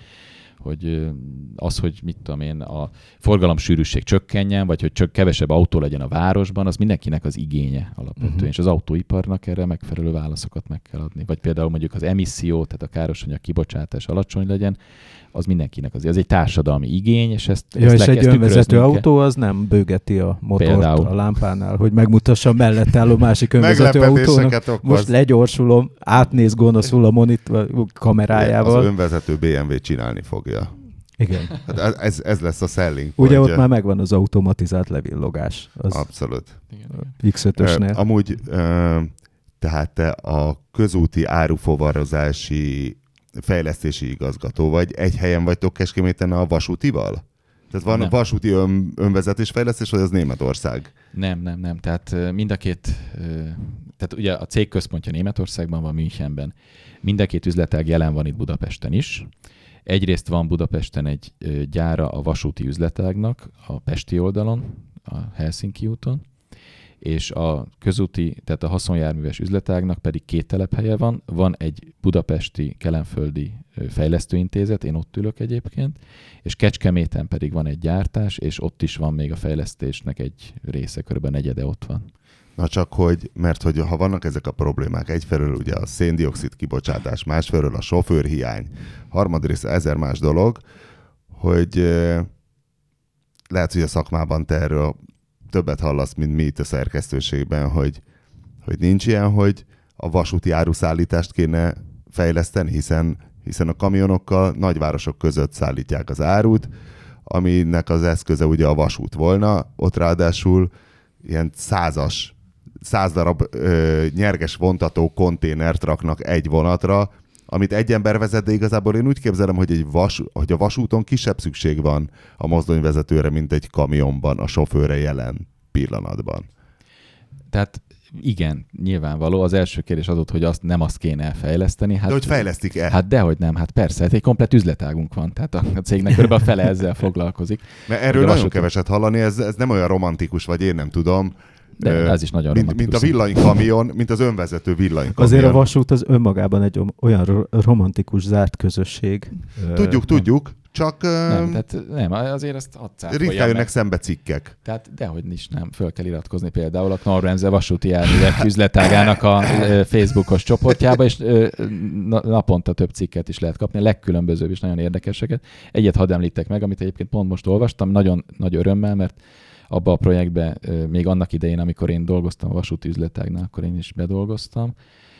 az, hogy mit tudom én, a forgalomsűrűség csökkenjen, vagy hogy csak kevesebb autó legyen a városban, az mindenkinek az igénye alapvetően, és az autóiparnak erre megfelelő válaszokat meg kell adni. Vagy például mondjuk az emisszió, tehát a károsanyag kibocsátás alacsony legyen, az mindenkinek az egy társadalmi igény, és ezt és egy önvezető autó az nem bőgeti a motort például a lámpánál, hogy megmutassa a mellett álló másik önvezető autónak. Most legyorsulom, átnéz gonoszul a monitor kamerájával. Az önvezető BMW csinálni fogja. Igen. Hát ez lesz a selling point. Ugye ott már megvan az automatizált levillogás. Abszolút. X5-ösnél. Amúgy tehát te a közúti árufovarozási fejlesztési igazgató vagy, egy helyen vagytok Kecskeméten a vasútival? Tehát van vasúti önvezetés fejlesztés, vagy az Németország? Nem. Tehát mind a két, tehát ugye a cég központja Németországban van, Münchenben. Mind a két üzletág jelen van itt Budapesten is. Egyrészt van Budapesten egy gyára a vasúti üzletágnak a pesti oldalon, a Helsinki úton, és a közúti, tehát a haszonjárműves üzletágnak pedig 2 telephelye van. Van egy budapesti kelenföldi fejlesztőintézet, én ott ülök egyébként, és Kecskeméten pedig van egy gyártás, és ott is van még a fejlesztésnek egy része, kb. 1/4 ott van. Na csak mert hogy ha vannak ezek a problémák, egyfelől ugye a széndioxid kibocsátás, másfelől a sofőrhiány, harmadrészt 1000 más dolog, hogy lehet, hogy a szakmában te erről többet hallasz, mint mi itt a szerkesztőségben, hogy nincs ilyen, hogy a vasúti áruszállítást kéne fejleszteni, hiszen a kamionokkal nagyvárosok között szállítják az árut, aminek az eszköze ugye a vasút volna, ott ráadásul ilyen 100 darab nyerges vontató konténert raknak egy vonatra, amit egy ember vezet, de igazából én úgy képzelem, hogy hogy a vasúton kisebb szükség van a mozdonyvezetőre, mint egy kamionban, a sofőrre jelen pillanatban. Tehát igen, nyilvánvaló. Az első kérdés az volt, hogy nem azt kéne fejleszteni. Hát, de hogy fejlesztik-e? Hát dehogy nem, hát persze, hát egy komplett üzletágunk van, tehát a cégnek körülbelül a fele ezzel foglalkozik. Mert erről nagyon keveset hallani, ez nem olyan romantikus, vagy én nem tudom. De ez is nagyon romantikus. Mint a villanykamion, mint az önvezető villanykamion. Azért a vasút az önmagában egy olyan romantikus zárt közösség. Tudjuk, csak nem, azért ezt ritkán jönnek szembe cikkek. Tehát dehogy is nem, föl kell iratkozni például a Knorr-Bremse vasúti járművek üzletágának a Facebookos csoportjába, és naponta több cikket is lehet kapni, a legkülönbözőbb és nagyon érdekeseket. Egyet hadd említek meg, amit egyébként pont most olvastam, nagyon nagy örömmel, mert abba a projektbe még annak idején, amikor én dolgoztam a vasúti üzletágnál, akkor én is bedolgoztam.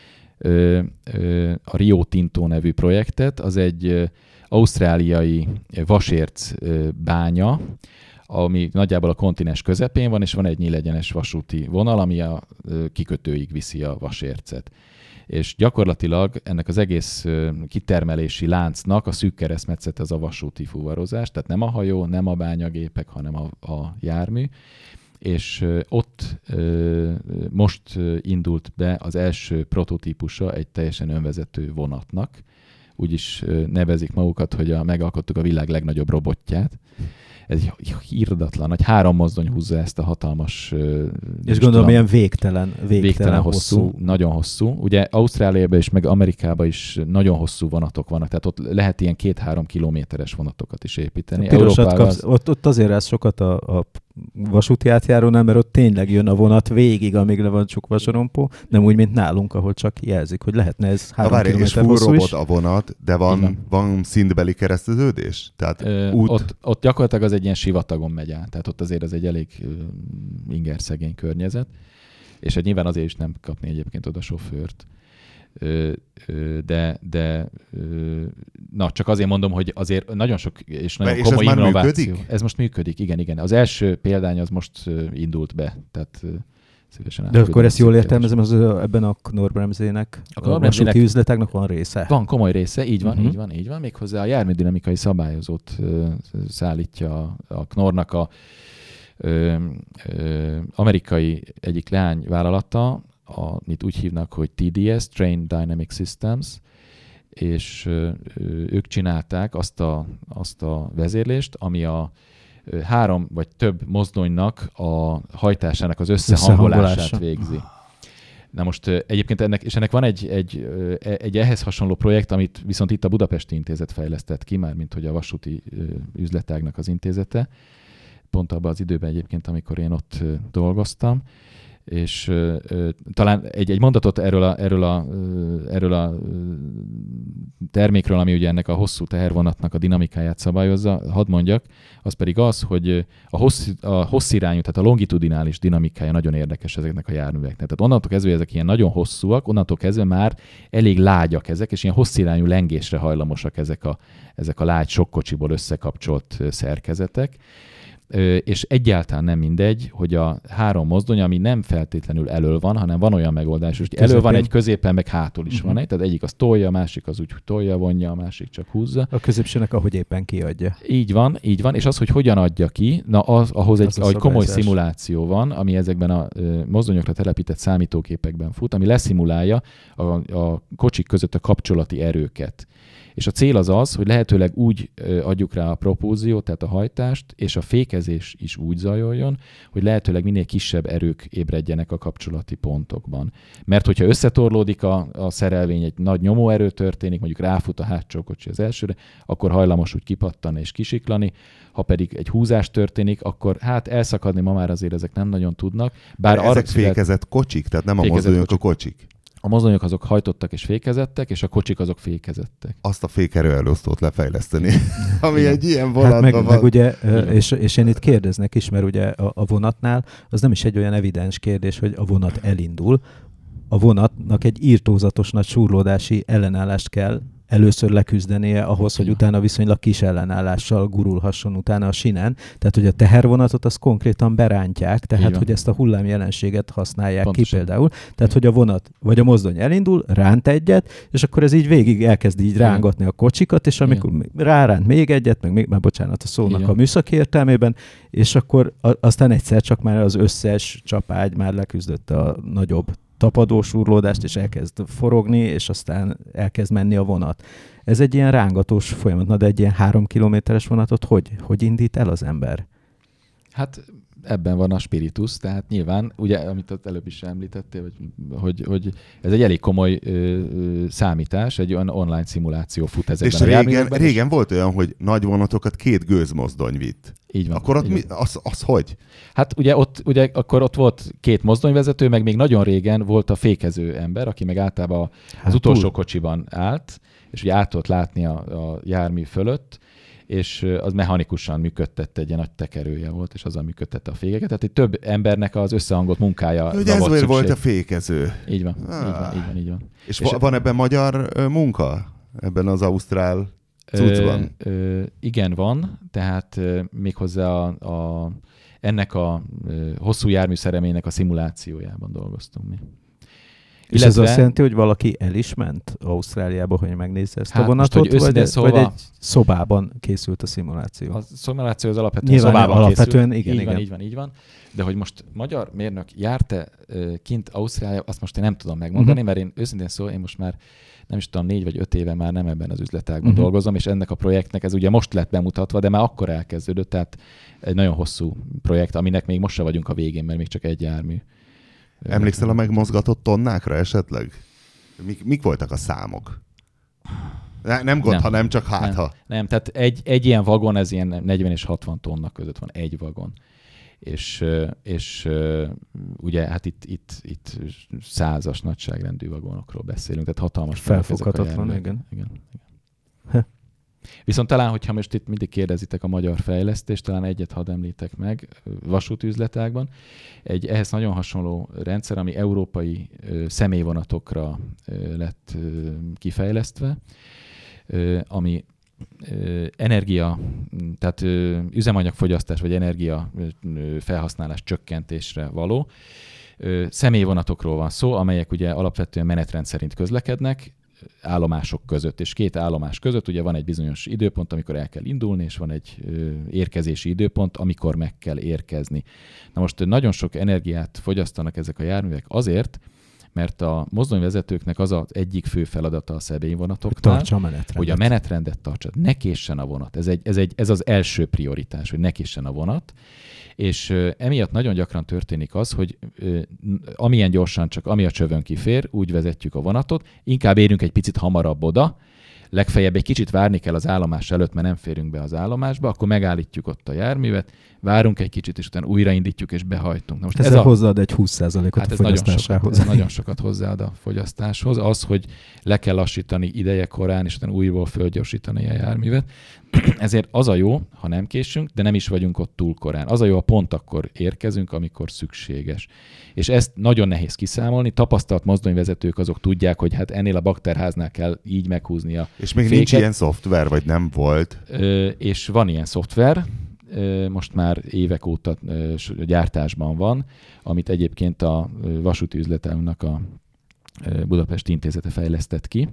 A Rio Tinto nevű projektet, az egy ausztráliai vasérc bánya, ami nagyjából a kontinens közepén van, és van egy nyílegyenes vasúti vonal, ami a kikötőig viszi a vasércet. És gyakorlatilag ennek az egész kitermelési láncnak a szűk keresztmetszete az a vasúti fuvarozás, tehát nem a hajó, nem a bányagépek, hanem a jármű. És ott most indult be az első prototípusa egy teljesen önvezető vonatnak. Úgy is nevezik magukat, hogy megalkottuk a világ legnagyobb robotját. Ez hirdatlan, hogy 3 mozdony húzza ezt a hatalmas... És gondolom, ilyen végtelen hosszú. Nagyon hosszú. Ugye Ausztráliában és meg Amerikában is nagyon hosszú vonatok vannak, tehát ott lehet ilyen 2-3 kilométeres vonatokat is építeni. Ott azért ez sokat a vasúti átjárónál, mert ott tényleg jön a vonat végig, amíg le van csukva a sorompó, nem úgy, mint nálunk, ahol csak jelzik, hogy lehetne ez 3 kilométer hosszú robot is. A vonat, de van szintbeli kereszteződés? Tehát ott gyakorlatilag az egy ilyen sivatagon megy át, tehát ott azért az egy elég ingerszegény környezet, és nyilván azért is nem kapni egyébként oda sofőrt. Csak azért mondom, hogy azért nagyon sok és nagyon komoly innováció. Működik? Ez most működik, igen. Az első példány az most indult be, tehát szívesen. De akkor ezt jól értelmezem, ebben a Knorr-Bremsének, a vasúti üzleteknek van része? Van komoly része, így van. Méghozzá a járműdinamikai szabályozót szállítja a Knorrnak a amerikai egyik leányvállalata, amit úgy hívnak, hogy TDS, Train Dynamic Systems, és ők csinálták azt a vezérlést, ami a három vagy több mozdonynak a hajtásának az összehangolását végzi. Na most egyébként ennek van egy ehhez hasonló projekt, amit viszont itt a Budapesti Intézet fejlesztett ki, már mint hogy a vasúti üzletágnak az intézete, pont abban az időben egyébként, amikor én ott dolgoztam, és talán egy mondatot erről a termékről, ami ugye ennek a hosszú tehervonatnak a dinamikáját szabályozza, hadd mondjak, az pedig az, hogy a hosszirányú, tehát a longitudinális dinamikája nagyon érdekes ezeknek a járműveknek. Tehát onnantól kezdve, ezek ilyen nagyon hosszúak, onnantól kezdve már elég lágyak ezek, és ilyen hosszirányú lengésre hajlamosak ezek a lágy sokkocsiból összekapcsolt szerkezetek. És egyáltalán nem mindegy, hogy a három mozdony, ami nem feltétlenül elől van, hanem van olyan megoldás, hogy elől van egy, középen meg hátul is van egy, tehát egyik az tolja, a másik az úgy tolja, vonja, a másik csak húzza. A középsőnek ahogy éppen kiadja. Így van, és az, hogy hogyan adja ki, ahhoz egy komoly szimuláció van, ami ezekben a mozdonyokra telepített számítógépekben fut, ami leszimulálja a kocsik között a kapcsolati erőket. És a cél az, hogy lehetőleg úgy adjuk rá a propulziót, tehát a hajtást, és a fékezés is úgy zajoljon, hogy lehetőleg minél kisebb erők ébredjenek a kapcsolati pontokban. Mert hogyha összetorlódik a szerelvény, egy nagy nyomóerő történik, mondjuk ráfut a hátsó kocsi az elsőre, akkor hajlamos úgy kipattanni és kisiklani. Ha pedig egy húzás történik, akkor elszakadni ma már azért ezek nem nagyon tudnak. Bár ezek fékezett kocsik, tehát nem a mozdonyok a kocsik. A mozdonyok azok hajtottak és fékezettek, és a kocsik azok fékezettek. Azt a fékerőelosztót lefejleszteni, ami egy ilyen vonatban van. Meg ugye, és én itt kérdeznek is, mert ugye a vonatnál az nem is egy olyan evidens kérdés, hogy a vonat elindul. A vonatnak egy irtózatos nagy súrlódási ellenállást kell először leküzdenie ahhoz, hogy utána viszonylag kis ellenállással gurulhasson utána a sinen. Tehát, hogy a tehervonatot azt konkrétan berántják, tehát, hogy ezt a hullámjelenséget használják pontosan ki például. Tehát, hogy a vonat vagy a mozdony elindul, ránt egyet, és akkor ez így végig elkezd így rángatni a kocsikat, és amikor ráránt még egyet, meg még, már bocsánat a szónak a műszaki értelmében, és akkor aztán egyszer csak már az összes csapágy már leküzdötte a nagyobb tapadósúrlódást, és elkezd forogni, és aztán elkezd menni a vonat. Ez egy ilyen rángatós folyamat, de egy ilyen 3 kilométeres vonatot hogy indít el az ember? Hát ebben van a spiritus, tehát nyilván, ugye, amit előbb is említettél, hogy ez egy elég komoly számítás, egy olyan online szimuláció fut ezekben a járművekben. És régen volt olyan, hogy nagy vonatokat 2 gőzmozdony vitt. Így van. Akkor ott az hogy? Hát akkor ott volt 2 mozdonyvezető, meg még nagyon régen volt a fékező ember, aki meg általában az utolsó kocsiban állt, és ugye át tudott látni a jármű fölött, és az mechanikusan működtette, egy ilyen nagy tekerője volt, és azzal működtette a fékeket. Tehát egy több embernek az összehangolt munkája hogy ez volt a fékező. Így van. Így van. És van ebben magyar munka? Ebben az ausztrál cuccban? Igen, van. Tehát méghozzá ennek a hosszú járműszerelménynek a szimulációjában dolgoztunk mi. És ez azt jelenti, hogy valaki el is ment Ausztráliába, hogy megnézze ezt a vonatot, vagy egy szobában készült a szimuláció? A szimuláció az alapvetően szobában készült. Így van. De hogy most magyar mérnök járt-e kint Ausztráliába, azt most én nem tudom megmondani, mert én őszintén én most már nem is tudom, 4 vagy 5 éve már nem ebben az üzletágban dolgozom, és ennek a projektnek ez ugye most lett bemutatva, de már akkor elkezdődött, tehát egy nagyon hosszú projekt, aminek még most se vagyunk a végén, mert még csak egy jármű. Emlékszel a megmozgatott tonnákra esetleg? Mik voltak a számok? Nem gond, hanem csak hátha. Nem, tehát egy ilyen vagon, ez ilyen 40 és 60 tonna között van, egy vagon. És ugye hát itt 100-as nagyságrendű vagonokról beszélünk, tehát hatalmas. Felfoghatatlan, igen. Viszont talán, hogyha most itt mindig kérdezitek a magyar fejlesztést, talán egyet hadd említek meg vasúti üzletágban. Egy ehhez nagyon hasonló rendszer, ami európai személyvonatokra lett kifejlesztve, ami energia, tehát üzemanyagfogyasztás vagy energia felhasználás csökkentésre való. Személyvonatokról van szó, amelyek ugye alapvetően menetrend szerint közlekednek, állomások között, és 2 állomás között ugye van egy bizonyos időpont, amikor el kell indulni, és van egy érkezési időpont, amikor meg kell érkezni. Na most nagyon sok energiát fogyasztanak ezek a járművek azért, mert a mozdonyvezetőknek az az egyik fő feladata a személyvonatoknál, hogy a menetrendet tartsa, ne késsen a vonat. Ez az első prioritás, hogy ne késsen a vonat, és emiatt nagyon gyakran történik az, hogy amilyen gyorsan csak ami a csövön kifér, úgy vezetjük a vonatot, inkább érünk egy picit hamarabb oda, legfeljebb egy kicsit várni kell az állomás előtt, mert nem férünk be az állomásba, akkor megállítjuk ott a járművet, várunk egy kicsit, és utána újraindítjuk és behajtunk. Na most ezzel hozzáad egy 20%-ot a fogyasztásához. Ez nagyon sokat hozzáad a fogyasztáshoz. Az, hogy le kell lassítani ideje korán, és utána újból fölgyorsítani a járművet. Ezért az a jó, ha nem késünk, de nem is vagyunk ott túl korán. Az a jó, ha pont akkor érkezünk, amikor szükséges. És ezt nagyon nehéz kiszámolni. Tapasztalt mozdonyvezetők azok tudják, hogy hát ennél a bakterháznál kell így meghúzni a És még féket. Nincs ilyen szoftver, vagy nem volt? És van ilyen szoftver, most már évek óta gyártásban van, amit egyébként a vasúti üzletágunknak a Budapesti Intézete fejlesztett ki,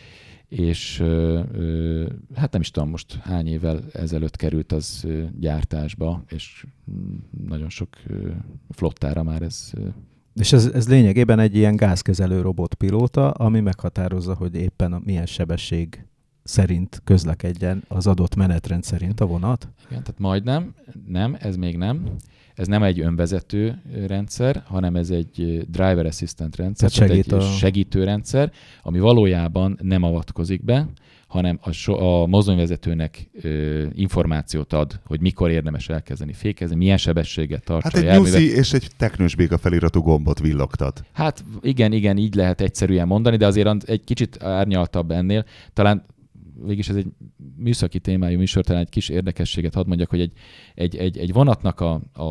és hát nem is tudom most hány évvel ezelőtt került az gyártásba, és nagyon sok flottára már ez... És ez lényegében egy ilyen gázkezelő robotpilóta, ami meghatározza, hogy éppen milyen sebesség szerint közlekedjen az adott menetrend szerint a vonat? Igen, tehát majdnem, nem, ez még nem. Ez nem egy önvezető rendszer, hanem ez egy driver assistant rendszer, tehát egy segítő rendszer, ami valójában nem avatkozik be, hanem a mozdonyvezetőnek információt ad, hogy mikor érdemes elkezdeni fékezni, milyen sebességet tartsa a járművet. Hát egy nyuszi és egy teknős béka feliratú gombot villogtat. Hát igen, így lehet egyszerűen mondani, de azért egy kicsit árnyaltabb ennél. Talán végülis ez egy műszaki témájú műsor, talán egy kis érdekességet hadd mondjak, hogy egy vonatnak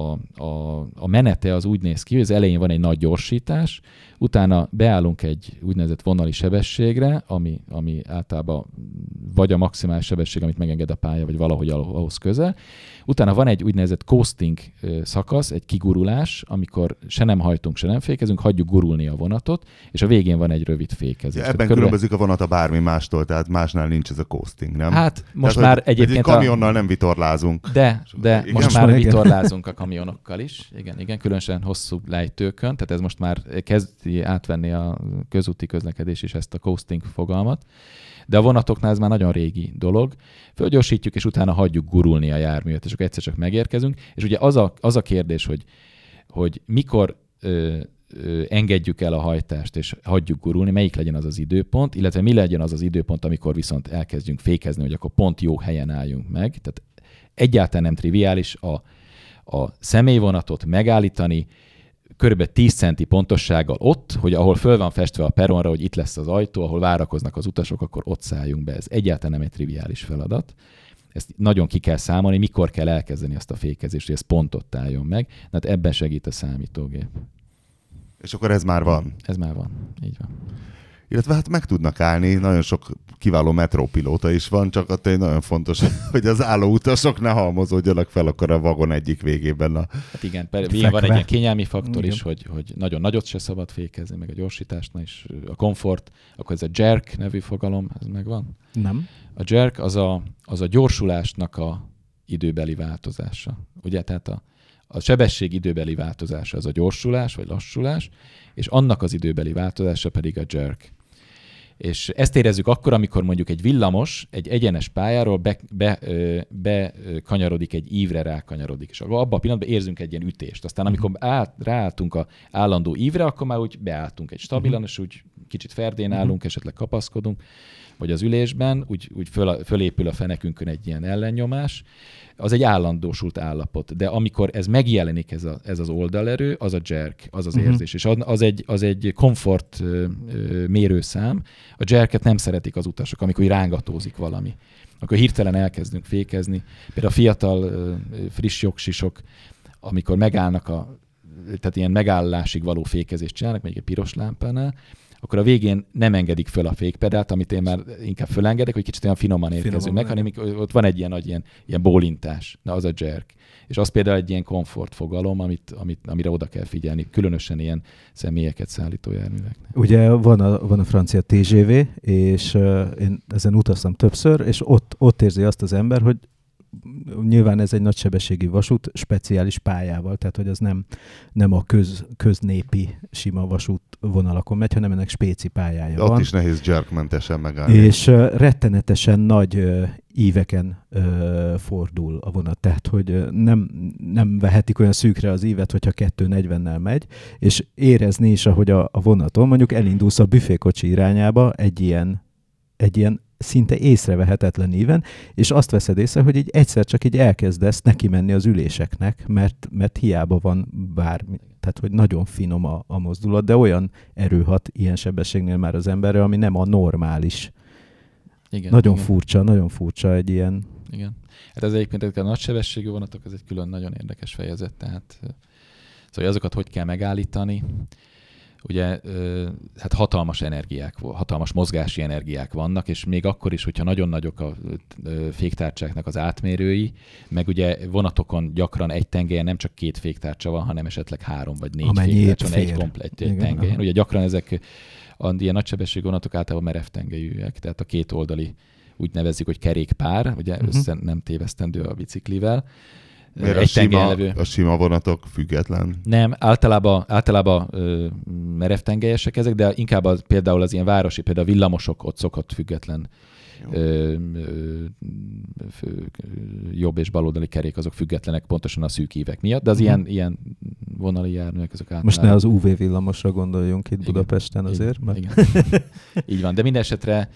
a menete az úgy néz ki, hogy az elején van egy nagy gyorsítás, utána beállunk egy úgynevezett vonali sebességre, ami általában vagy a maximális sebesség, amit megenged a pálya, vagy valahogy ahhoz közel. Utána van egy úgynevezett coasting szakasz, egy kigurulás, amikor se nem hajtunk, se nem fékezünk, hagyjuk gurulni a vonatot, és a végén van egy rövid fékezés. Ebben különbözik a vonat a bármi mástól, tehát másnál nincs ez a coasting, nem? Hát most tehát, már egyébként... Egy kamionnal nem vitorlázunk. De most már vitorlázunk a kamionokkal is. Igen, különösen hosszú lejtőkön, tehát ez most már kezdi átvenni a közúti közlekedés is ezt a coasting fogalmat. De a vonatoknál ez már nagyon régi dolog. Fölgyorsítjuk, és utána hagyjuk gurulni a járművet, és akkor egyszer csak megérkezünk. És ugye az a kérdés, hogy mikor engedjük el a hajtást, és hagyjuk gurulni, melyik legyen az az időpont, illetve mi legyen az az időpont, amikor viszont elkezdjünk fékezni, hogy akkor pont jó helyen álljunk meg. Tehát egyáltalán nem triviális a személyvonatot megállítani, körülbelül 10 centi pontossággal ott, hogy ahol föl van festve a peronra, hogy itt lesz az ajtó, ahol várakoznak az utasok, akkor ott szálljunk be. Ez egyáltalán nem egy triviális feladat. Ezt nagyon ki kell számolni, mikor kell elkezdeni azt a fékezést, hogy ez pont ott álljon meg. Hát ebben segít a számítógép. És akkor ez már van? Ez már van, így van. Illetve hát meg tudnak állni, nagyon sok kiváló metrópilóta is van, csak ott nagyon fontos, hogy az álló utasok ne halmozódjanak fel akkor a vagon egyik végében. Hát igen, van egy ilyen kényelmi faktor is, hogy nagyon nagyot se szabad fékezni, meg a gyorsításnál is, a komfort, akkor ez a jerk nevű fogalom, ez megvan? Nem. A jerk az a gyorsulásnak a időbeli változása. Ugye, tehát a sebesség időbeli változása az a gyorsulás, vagy lassulás, és annak az időbeli változása pedig a jerk. És ezt érezzük akkor, amikor mondjuk egy villamos egy egyenes pályáról bekanyarodik, egy ívre rákanyarodik. És abban a pillanatban érzünk egy ilyen ütést. Aztán amikor ráálltunk az állandó ívre, akkor már úgy beálltunk egy stabilan, és úgy kicsit ferdén állunk, esetleg kapaszkodunk, vagy az ülésben, úgy fölépül a fenekünkön egy ilyen ellennyomás. Az egy állandósult állapot. De amikor ez megjelenik, ez az oldalerő, az a jerk, az az érzés. És az egy komfort mérőszám. A jerket nem szeretik az utasok, amikor rángatózik valami. Akkor hirtelen elkezdünk fékezni. Például a fiatal, friss jogsisok, amikor megállnak, tehát ilyen megállásig való fékezést csinálnak, még egy piros lámpánál, akkor a végén nem engedik föl a fékpedált, amit én már inkább fölengedek, hogy kicsit olyan finoman érkezünk meg, hanem ott van egy ilyen nagy ilyen bólintás, na az a jerk. És az például egy ilyen komfortfogalom, amire oda kell figyelni, különösen ilyen személyeket szállító járműveknek. Ugye van a francia TGV, és én ezen utaztam többször, és ott érzi azt az ember, hogy nyilván ez egy nagysebességű vasút speciális pályával, tehát hogy az nem a köznépi sima vasútvonalakon megy, hanem ennek spéci pályája ott van. is nehéz jerkmentesen megállni. És rettenetesen nagy íveken fordul a vonat, tehát hogy nem vehetik olyan szűkre az ívet, hogyha 240-nel megy, és érezni is, ahogy a vonaton mondjuk elindulsz a büfékocsi irányába egy ilyen szinte észrevehetetlen íven, és azt veszed észre, hogy így egyszer csak így elkezdesz neki menni az üléseknek, mert hiába van bármi. Tehát, hogy nagyon finom a mozdulat, de olyan erő hat ilyen sebességnél már az emberre, ami nem a normális. Igen, nagyon furcsa egy ilyen... Igen. Hát ez egyébként a nagysebességű vonatok, ez egy külön nagyon érdekes fejezet, tehát szóval azokat hogy kell megállítani. Ugye hát hatalmas energiák, hatalmas mozgási energiák vannak, és még akkor is, hogyha nagyon nagyok a féktárcsáknak az átmérői, meg ugye vonatokon gyakran egy tengelyen nem csak 2 féktárcsa van, hanem esetleg 3 vagy 4 féktárcsa van egy komplett tengelyen. Ugye gyakran ezek ilyen nagysebességű vonatok általában merev tengelyűek, tehát a 2 oldali úgy nevezzük, hogy kerékpár, ugye össze nem tévesztendő a biciklivel. Mert a sima vonatok független? Nem, általában merev tengelyesek ezek, de inkább például az ilyen városi, például a villamosok ott szokott független jobb és baloldali kerék, azok függetlenek pontosan a szűk ívek miatt, de az ilyen vonali járművek azok általában. Most ne az UV villamosra gondoljunk itt Budapesten azért. Mert... Igen. Így van, de minden esetre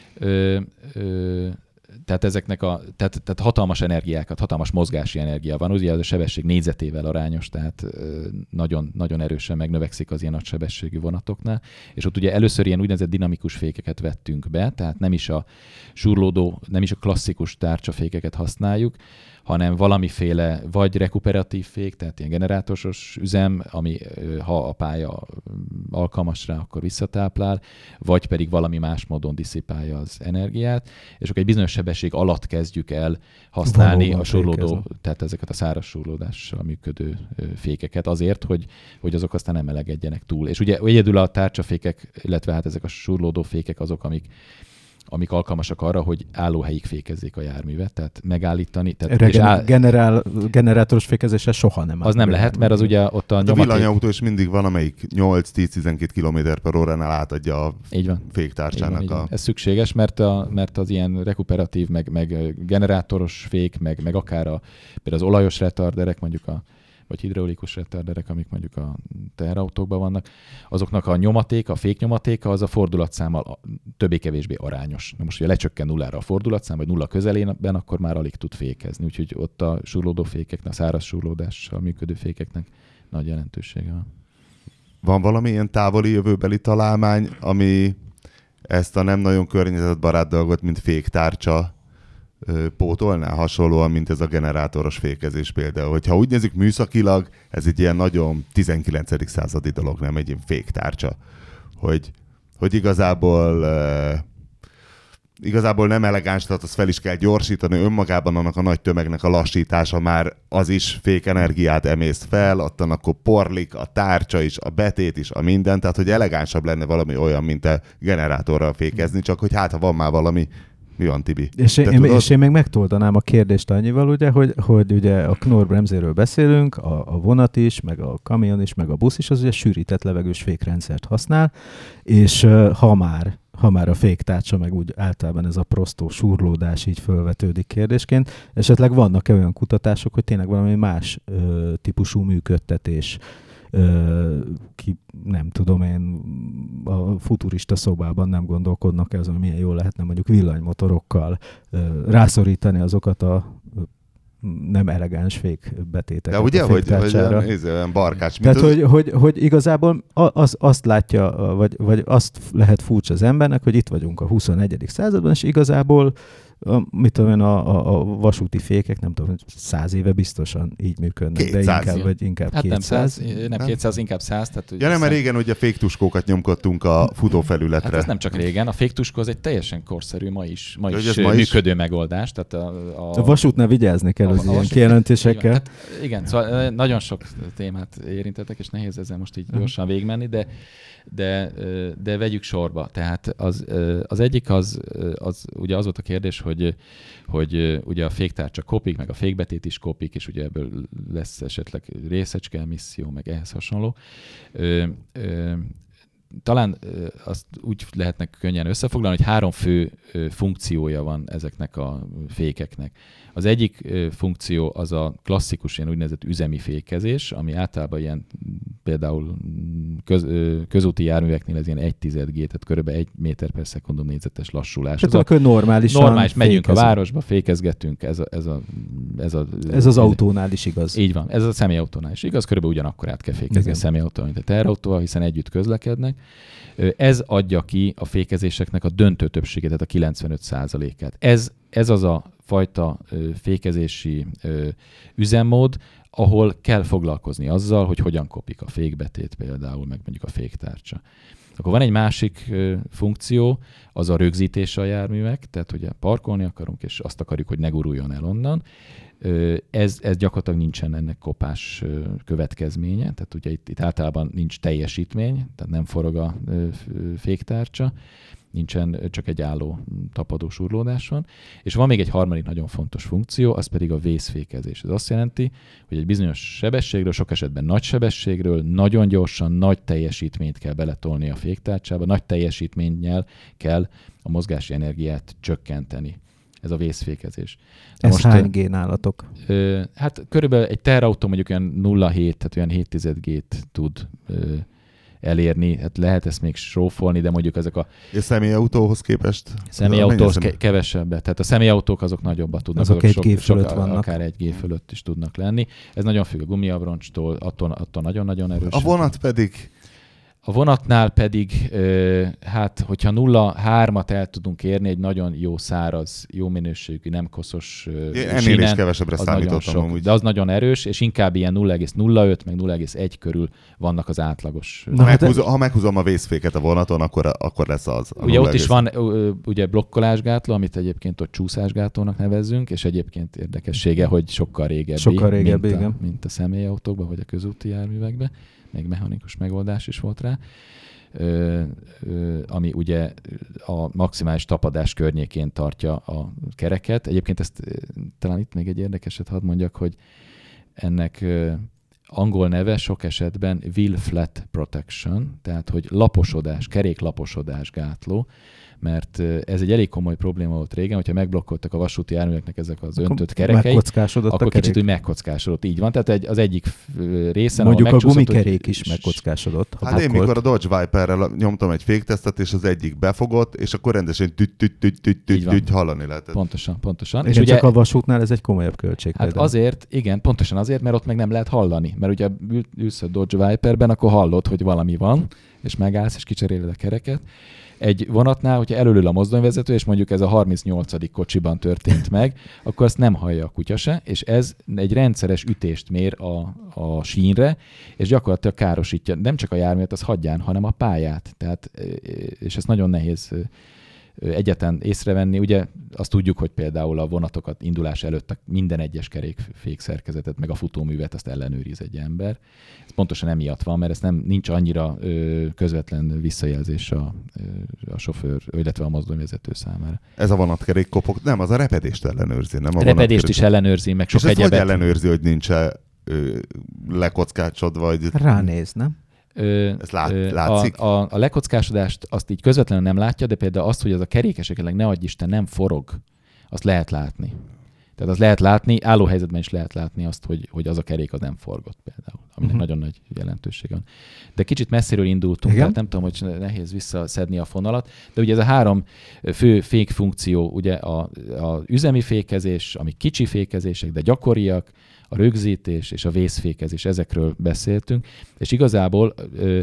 tehát ezeknek tehát hatalmas energiákat, hatalmas mozgási energia van, ugye az a sebesség négyzetével arányos, tehát nagyon, nagyon erősen megnövekszik az ilyen nagy sebességű vonatoknál, és ott ugye először ilyen úgynevezett dinamikus fékeket vettünk be, tehát nem is a surlódó, nem is a klasszikus tárcsafékeket használjuk, hanem valamiféle vagy rekuperatív fék, tehát ilyen generátoros üzem, ami ha a pálya alkalmas rá, akkor visszatáplál, vagy pedig valami más módon diszipálja az energiát, és akkor egy bizonyos sebesség alatt kezdjük el használni valóban a surlódó, tehát ezeket a száraz surlódással működő fékeket azért, hogy azok aztán nem melegedjenek túl. És ugye egyedül a tárcsafékek, illetve hát ezek a surlódó fékek azok, amik alkalmasak arra, hogy állóhelyig fékezzék a járművet, tehát megállítani. Tehát generátoros fékezésre soha nem. Az nem lehet, mert az ugye ott a nyomaték... A villanyautó is mindig van, amelyik 8-10-12 km/óránál átadja a féktárcsának. Ez szükséges, mert az ilyen rekuperatív, meg generátoros fék, meg akár például az olajos retarderek, mondjuk vagy hidraulikus retarderek, amik mondjuk a teherautókban vannak, azoknak a nyomatéka, a féknyomatéka az a fordulatszámmal többé-kevésbé arányos. Na most, hogyha lecsökken nullára a fordulatszám, vagy nulla közelében, akkor már alig tud fékezni. Úgyhogy ott a surlódó fékeknek, a száraz surlódással működő fékeknek nagy jelentősége van. Van valami ilyen távoli jövőbeli találmány, ami ezt a nem nagyon környezetbarát dolgot, mint féktárcsa pótolná hasonlóan, mint ez a generátoros fékezés például. Hogyha úgy nézzük műszakilag, ez egy ilyen nagyon 19. századi dolog, nem egy ilyen féktárcsa. Hogy igazából nem elegáns, tehát azt fel is kell gyorsítani, önmagában annak a nagy tömegnek a lassítása már az is fékenergiát emészt fel, ottan akkor porlik a tárcsa is, a betét is, a minden, tehát hogy elegánsabb lenne valami olyan, mint a generátorral fékezni, csak hogy hát ha van már valami. Mi van, Tibi? És én még megtoldanám a kérdést annyival, ugye, hogy ugye a Knorr-bremzéről beszélünk, a vonat is, meg a kamion is, meg a busz is, az ugye sűrített levegős fékrendszert használ, és ha már a féktárcsa, meg úgy általában ez a prostó surlódás így fölvetődik kérdésként, esetleg vannak-e olyan kutatások, hogy tényleg valami más típusú működtetés, nem tudom én, a futurista szobában nem gondolkodnak azon, milyen jól lehetne mondjuk villanymotorokkal rászorítani azokat a nem elegáns fékbetéteket. De ugye, hogy olyan barkács. Tehát, hogy igazából azt látja, vagy azt lehet furcsa az embernek, hogy itt vagyunk a 21. században, és igazából mit tudom én, a vasúti fékek, nem tudom, 100 éve biztosan így működnek, 200. de inkább hát 200. Nem 200, inkább 100. Tehát, mert régen ugye féktuskókat nyomkodtunk a futófelületre. Hát ez nem csak régen, a féktuskó az egy teljesen korszerű, ma is működő megoldás. Tehát a vasútnál vigyázni kell az ilyen kijelentésekkel. Igen, szóval nagyon sok témát érintettek, és nehéz ezzel most így gyorsan végigmenni, de vegyük sorba. Tehát az egyik az ugye az volt a kérdés, hogy ugye a féktárcsa kopik, meg a fékbetét is kopik, és ugye ebből lesz esetleg részecske emisszió, meg ehhez hasonló. Talán azt úgy lehetne könnyen összefoglalni, hogy 3 fő funkciója van ezeknek a fékeknek. Az egyik funkció az a klasszikus ilyen úgynevezett üzemi fékezés, ami általában ilyen például közúti járműveknél ez ilyen 1/10 G, tehát körülbelül 1 méter per szekundum négyzetes lassulás. Tehát akkor normális, megyünk a városba, fékezgetünk, ez az autónál is igaz. Így van, ez a személyautónál is igaz, körülbelül ugyanakkor át kell fékezni a személyautóval, mint a teherautóval, hiszen együtt közlekednek. Ez adja ki a fékezéseknek a döntő többségét, tehát a 95%-át. Ez az a fajta fékezési üzemmód, ahol kell foglalkozni azzal, hogy hogyan kopik a fékbetét például, meg mondjuk a féktárcsa. Akkor van egy másik funkció, az a rögzítése a járművek, tehát ugye parkolni akarunk, és azt akarjuk, hogy ne guruljon el onnan. Ez gyakorlatilag nincsen ennek kopás következménye, tehát ugye itt általában nincs teljesítmény, tehát nem forog a féktárcsa, nincsen, csak egy álló tapadó surlódás van. És van még egy harmadik nagyon fontos funkció, az pedig a vészfékezés. Ez azt jelenti, hogy egy bizonyos sebességről, sok esetben nagy sebességről, nagyon gyorsan, nagy teljesítményt kell beletolni a féktárcsába, nagy teljesítménnyel kell a mozgási energiát csökkenteni. Ez a vészfékezés. Ez most hány G nálatok? Hát körülbelül egy teherautó mondjuk olyan 0,7, tehát olyan 0,7 G-t tud elérni, hát lehet ezt még srófolni, de mondjuk ezek a... És személyautóhoz képest? Személyautóhoz kevesebbet. Tehát a személyautók azok nagyobbat tudnak. Azok 1 G fölött vannak. Akár 1 G fölött is tudnak lenni. Ez nagyon függ a gumiabroncstól, attól nagyon-nagyon erős. A vonat pedig? A vonatnál pedig, hát hogyha 0,3-at el tudunk érni, egy nagyon jó száraz, jó minőségű, nem koszos ennél is kevesebbre számítottam amúgy. De az nagyon erős, és inkább ilyen 0,05 meg 0,1 körül vannak az átlagos. Ha meghúzom a vészféket a vonaton, akkor lesz az. Ugye ott is van ugye blokkolásgátló, amit egyébként ott csúszásgátlónak nevezzünk, és egyébként érdekessége, hogy sokkal régebbi, mint a személyautókban vagy a közúti járművekben. Még mechanikus megoldás is volt rá, ami ugye a maximális tapadás környékén tartja a kereket. Egyébként ezt talán itt még egy érdekeset hadd mondjak, hogy ennek angol neve sok esetben wheel flat protection, tehát hogy keréklaposodás gátló, mert ez egy elég komoly probléma volt régen, hogyha megblokkoltak a vasúti járműveknek ezek az öntött kerekei, akkor kicsit úgy megkockásodott. Így van, tehát az egyik részen, mondjuk a gumikerék is megkockásodott. Hát én mikor a Dodge Viperrel nyomtam egy féktesztet, és az egyik befogott, és akkor rendesen tüt hallani lehetett. Pontosan. És ugye csak a vasútnál ez egy komolyabb költség. Hát azért, igen, pontosan azért, mert ott meg nem lehet hallani. Mert ugye ülsz a Dodge Viperben, akkor hallod, hogy valami van, és megállsz, és kicseréled a kereket. Egy vonatnál, hogyha előül a mozdonyvezető, és mondjuk ez a 38. kocsiban történt meg, akkor azt nem hallja a kutya se, és ez egy rendszeres ütést mér a sínre, és gyakorlatilag károsítja nem csak a járművet, az hagyján, hanem a pályát. Tehát, és ez nagyon nehéz egyetlen észrevenni. Ugye azt tudjuk, hogy például a vonatokat indulás előtt minden egyes kerékfék szerkezetet, meg a futóművet azt ellenőriz egy ember. Ez pontosan emiatt van, mert ez nincs annyira közvetlen visszajelzés a sofőr, illetve a mozdonyvezető számára. Ez a vonatkerék kopog, nem, az a repedést ellenőrzi, nem? A repedést is ellenőrzi, meg sok és egyebet. És hogy ellenőrzi, hogy nincs-e lekockácsod, vagy... Ránéz, nem? Ez látszik? A lekockásodást azt így közvetlenül nem látja, de például azt, hogy az a kerék esetleg ne adj Isten nem forog, azt lehet látni. Tehát az lehet látni, álló helyzetben is lehet látni azt, hogy az a kerék az nem forgott például, aminek nagyon nagy jelentőség van. De kicsit messziről indultunk, tehát nem tudom, hogy nehéz visszaszedni a fonalat, de ugye ez a 3 fő fékfunkció, ugye a üzemi fékezés, ami kicsi fékezések, de gyakoriak, a rögzítés és a vészfékezés, ezekről beszéltünk, és igazából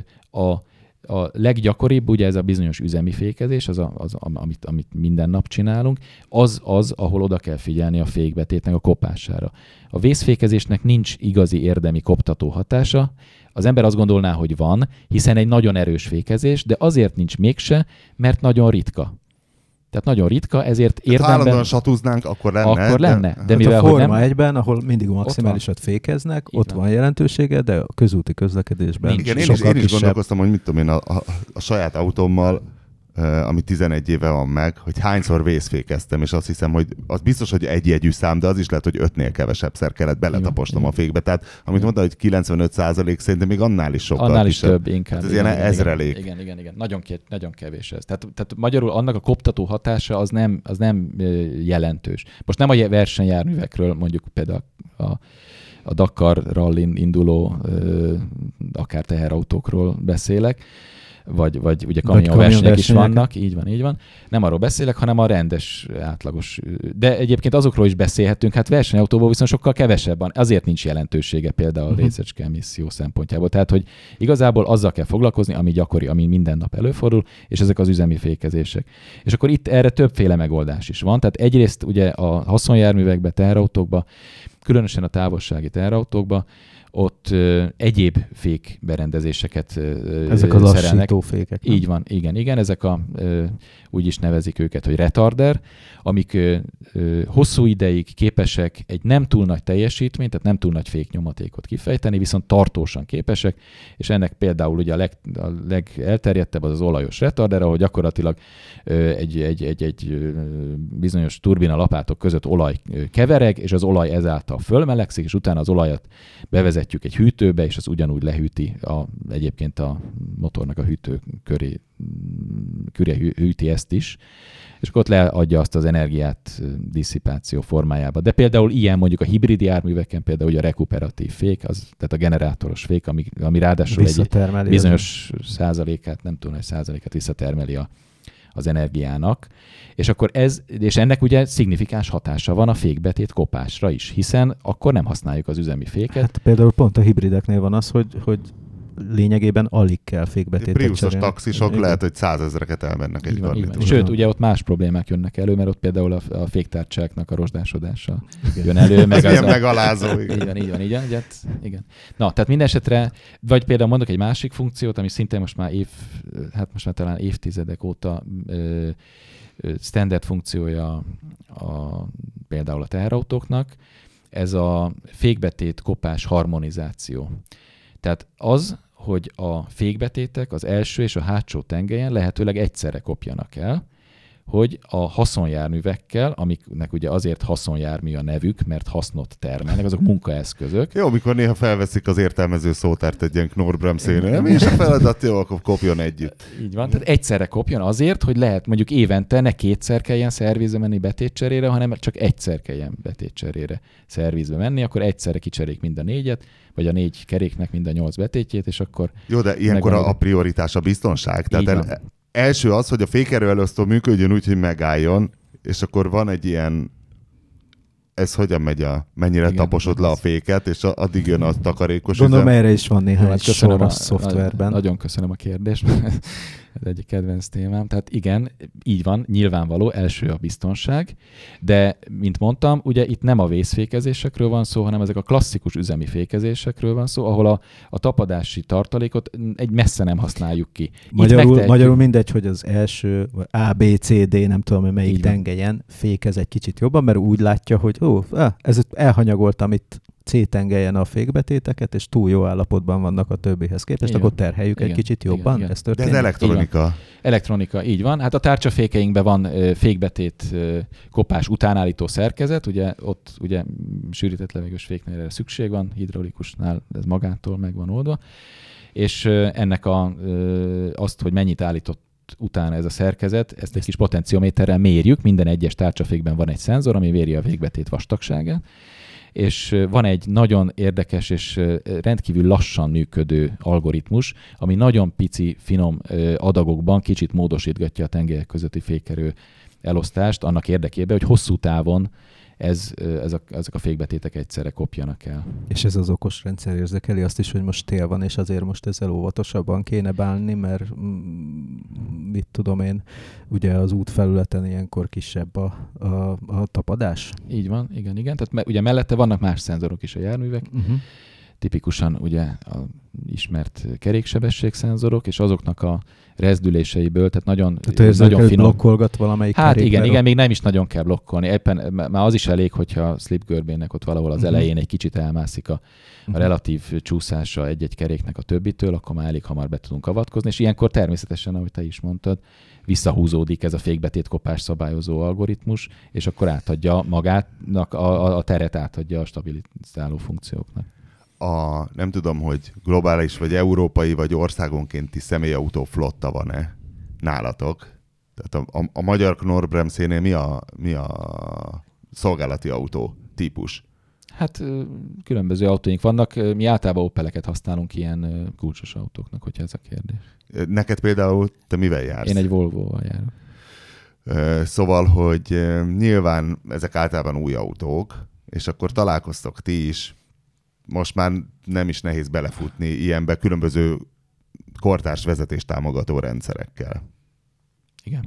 a leggyakoribb, ugye ez a bizonyos üzemi fékezés, amit minden nap csinálunk, az, ahol oda kell figyelni a fékbetétnek a kopására. A vészfékezésnek nincs igazi érdemi koptató hatása, az ember azt gondolná, hogy van, hiszen egy nagyon erős fékezés, de azért nincs mégse, mert nagyon ritka. Tehát nagyon ritka, ezért érdemben... Ha állandóan satúznánk, akkor lenne. Akkor lenne. De mivel, a Forma 1-ben, ahol mindig maximálisat fékeznek, ott van jelentősége, de a közúti közlekedésben igen, sokkal én is gondolkoztam, hogy mit tudom én, a saját autómmal ami 11 éve van meg, hogy hányszor vészfékeztem, és azt hiszem, hogy az biztos, hogy egy jegyű szám, de az is lehet, hogy 5-nél kevesebbszer kellett beletaposnom a fékbe. Tehát, amit mondta, hogy 95% szerintem még annál is sokkal annál kisebb. is több inkább. Hát ez ilyen ezrelék. Igen. Nagyon kevés ez. Tehát magyarul annak a koptató hatása az nem jelentős. Most nem a versenyjárművekről, mondjuk például a Dakar rallin induló akár teherautókról beszélek, vagy ugye kamionversenyek is vannak, így van. Nem arról beszélek, hanem a rendes, átlagos. De egyébként azokról is beszélhetünk, hát versenyautóból viszont sokkal kevesebb van, azért nincs jelentősége például a részecske emisszió szempontjából. Tehát, hogy igazából azzal kell foglalkozni, ami gyakori, ami minden nap előfordul, és ezek az üzemi fékezések. És akkor itt erre többféle megoldás is van. Tehát egyrészt ugye a haszonjárművekbe, teherautókba, különösen a távolsági teherautókba, ott egyéb fékberendezéseket ezek a lassító fékek. Így van, igen. Ezek úgy is nevezik őket, hogy retarder, amik hosszú ideig képesek egy nem túl nagy teljesítményt, tehát nem túl nagy féknyomatékot kifejteni, viszont tartósan képesek, és ennek például ugye a legelterjedtebb az olajos retarder, ahol gyakorlatilag egy bizonyos turbina lapátok között olaj kevereg, és az olaj ezáltal fölmelegszik, és utána az olajat bevezetjük egy hűtőbe, és az ugyanúgy lehűti egyébként a motornak a hűtőköré hűti ezt is, és akkor ott leadja azt az energiát disszipáció formájába. De például ilyen mondjuk a hibrid járműveken például a rekuperatív fék, tehát a generátoros fék, ami ráadásul egy bizonyos százalékát, nem túl nagy százalékát visszatermeli az energiának. És akkor és ennek ugye szignifikáns hatása van a fékbetét kopásra is, hiszen akkor nem használjuk az üzemi féket. Hát például pont a hibrideknél van az, hogy lényegében alig kell fékbetétet cserélni. Priusos taxisok lehet, hogy 100 000-eket elmennek egy karlitról. Sőt, ugye ott más problémák jönnek elő, mert ott például a féktárcsáknak a rozsdásodása jön elő. Meg ez milyen megalázó. Így van. Igen. Na, tehát minden esetre, vagy például mondok egy másik funkciót, ami szintén most már talán évtizedek óta standard funkciója például a teherautóknak, ez a fékbetét kopás harmonizáció. Tehát az, hogy a fékbetétek az első és a hátsó tengelyen lehetőleg egyszerre kopjanak el, hogy a haszonjárművekkel, amiknek ugye azért haszonjármű a nevük, mert hasznot termelnek, azok munkaeszközök. Jó, amikor néha felveszik az értelmező szótárt egy ilyen Knorr-Bremse-nél, és a feladat jó, akkor kopjon együtt. Így van, tehát egyszerre kopjon azért, hogy lehet mondjuk évente ne kétszer kelljen szervizbe menni betétcserére, hanem csak egyszer kelljen betétcserére szervizbe menni, akkor egyszerre kicserélik mind a 4-et, vagy a 4 keréknek mind a 8 betétjét, és akkor... Jó, de ilyenkor a prioritás a biztonság. Tehát első az, hogy a fékerőelosztó működjön úgy, hogy megálljon, és akkor van egy ilyen, ez hogyan megy mennyire taposod le a féket, és addig jön a takarékos Gondolom erre is van néhány sor a szoftverben. Nagyon köszönöm a kérdést. Ez egyik kedvenc témám. Tehát igen, így van, nyilvánvaló, első a biztonság, de mint mondtam, ugye itt nem a vészfékezésekről van szó, hanem ezek a klasszikus üzemi fékezésekről van szó, ahol a tapadási tartalékot egy messze nem használjuk ki. Magyarul mindegy, hogy az első A, B, C, D, nem tudom, melyik tengelyen fékez egy kicsit jobban, mert úgy látja, hogy ez elhanyagoltam itt C-tengelyen a fékbetéteket, és túl jó állapotban vannak a többihez képest, akkor terheljük egy kicsit jobban. Igen. Ez történik? De ez elektronika. Elektronika, így van. Hát a tárcsafékeinkben van fékbetét kopás utánállító szerkezet, ugye ott ugye sűrített levegős féknél erre szükség van, hidraulikusnál ez magától meg van oldva, és ennek azt, hogy mennyit állított utána ez a szerkezet, ezt egy kis potenciométerrel mérjük, minden egyes tárcsafékben van egy szenzor, ami méri a fékbetét vastagságát, és van egy nagyon érdekes és rendkívül lassan működő algoritmus, ami nagyon pici, finom adagokban kicsit módosítgatja a tengelyek közötti fékerő elosztást annak érdekében, hogy hosszú távon ezek a fékbetétek egyszerre kopjanak el. És ez az okos rendszer érzékeli azt is, hogy most tél van, és azért most ezzel óvatosabban kéne bánni, mert mit tudom én, ugye az útfelületen ilyenkor kisebb a tapadás? Így van, igen. Tehát ugye mellette vannak más szenzorok is a járművek, tipikusan ugye a ismert keréksebességszenzorok, és azoknak a rezdüléseiből, tehát nagyon finom. blokkolgat valamelyik Hát kerékpárok. igen, még nem is nagyon kell blokkolni. Éppen már az is elég, hogyha a slipgörbének ott valahol az elején egy kicsit elmászik a relatív csúszása egy-egy keréknek a többitől, akkor már elég hamar be tudunk avatkozni, és ilyenkor természetesen, ahogy te is mondtad, visszahúzódik ez a fékbetétkopás szabályozó algoritmus, és akkor átadja magának, a teret átadja a stabilizáló funkcióknak. Nem tudom, hogy globális, vagy európai, vagy országonkénti személyautó flotta van-e nálatok? Tehát a magyar Knorr-Bremsénél mi a szolgálati autó típus? Hát különböző autóink vannak. Mi általában Opeleket használunk ilyen kulcsos autóknak, hogyha ez a kérdés. Neked például te mivel jársz? Én egy Volvo-val járok. Szóval, hogy nyilván ezek általában új autók, és akkor találkoztok ti is. Most már nem is nehéz belefutni ilyenbe különböző kortárs vezetéstámogató rendszerekkel. Igen.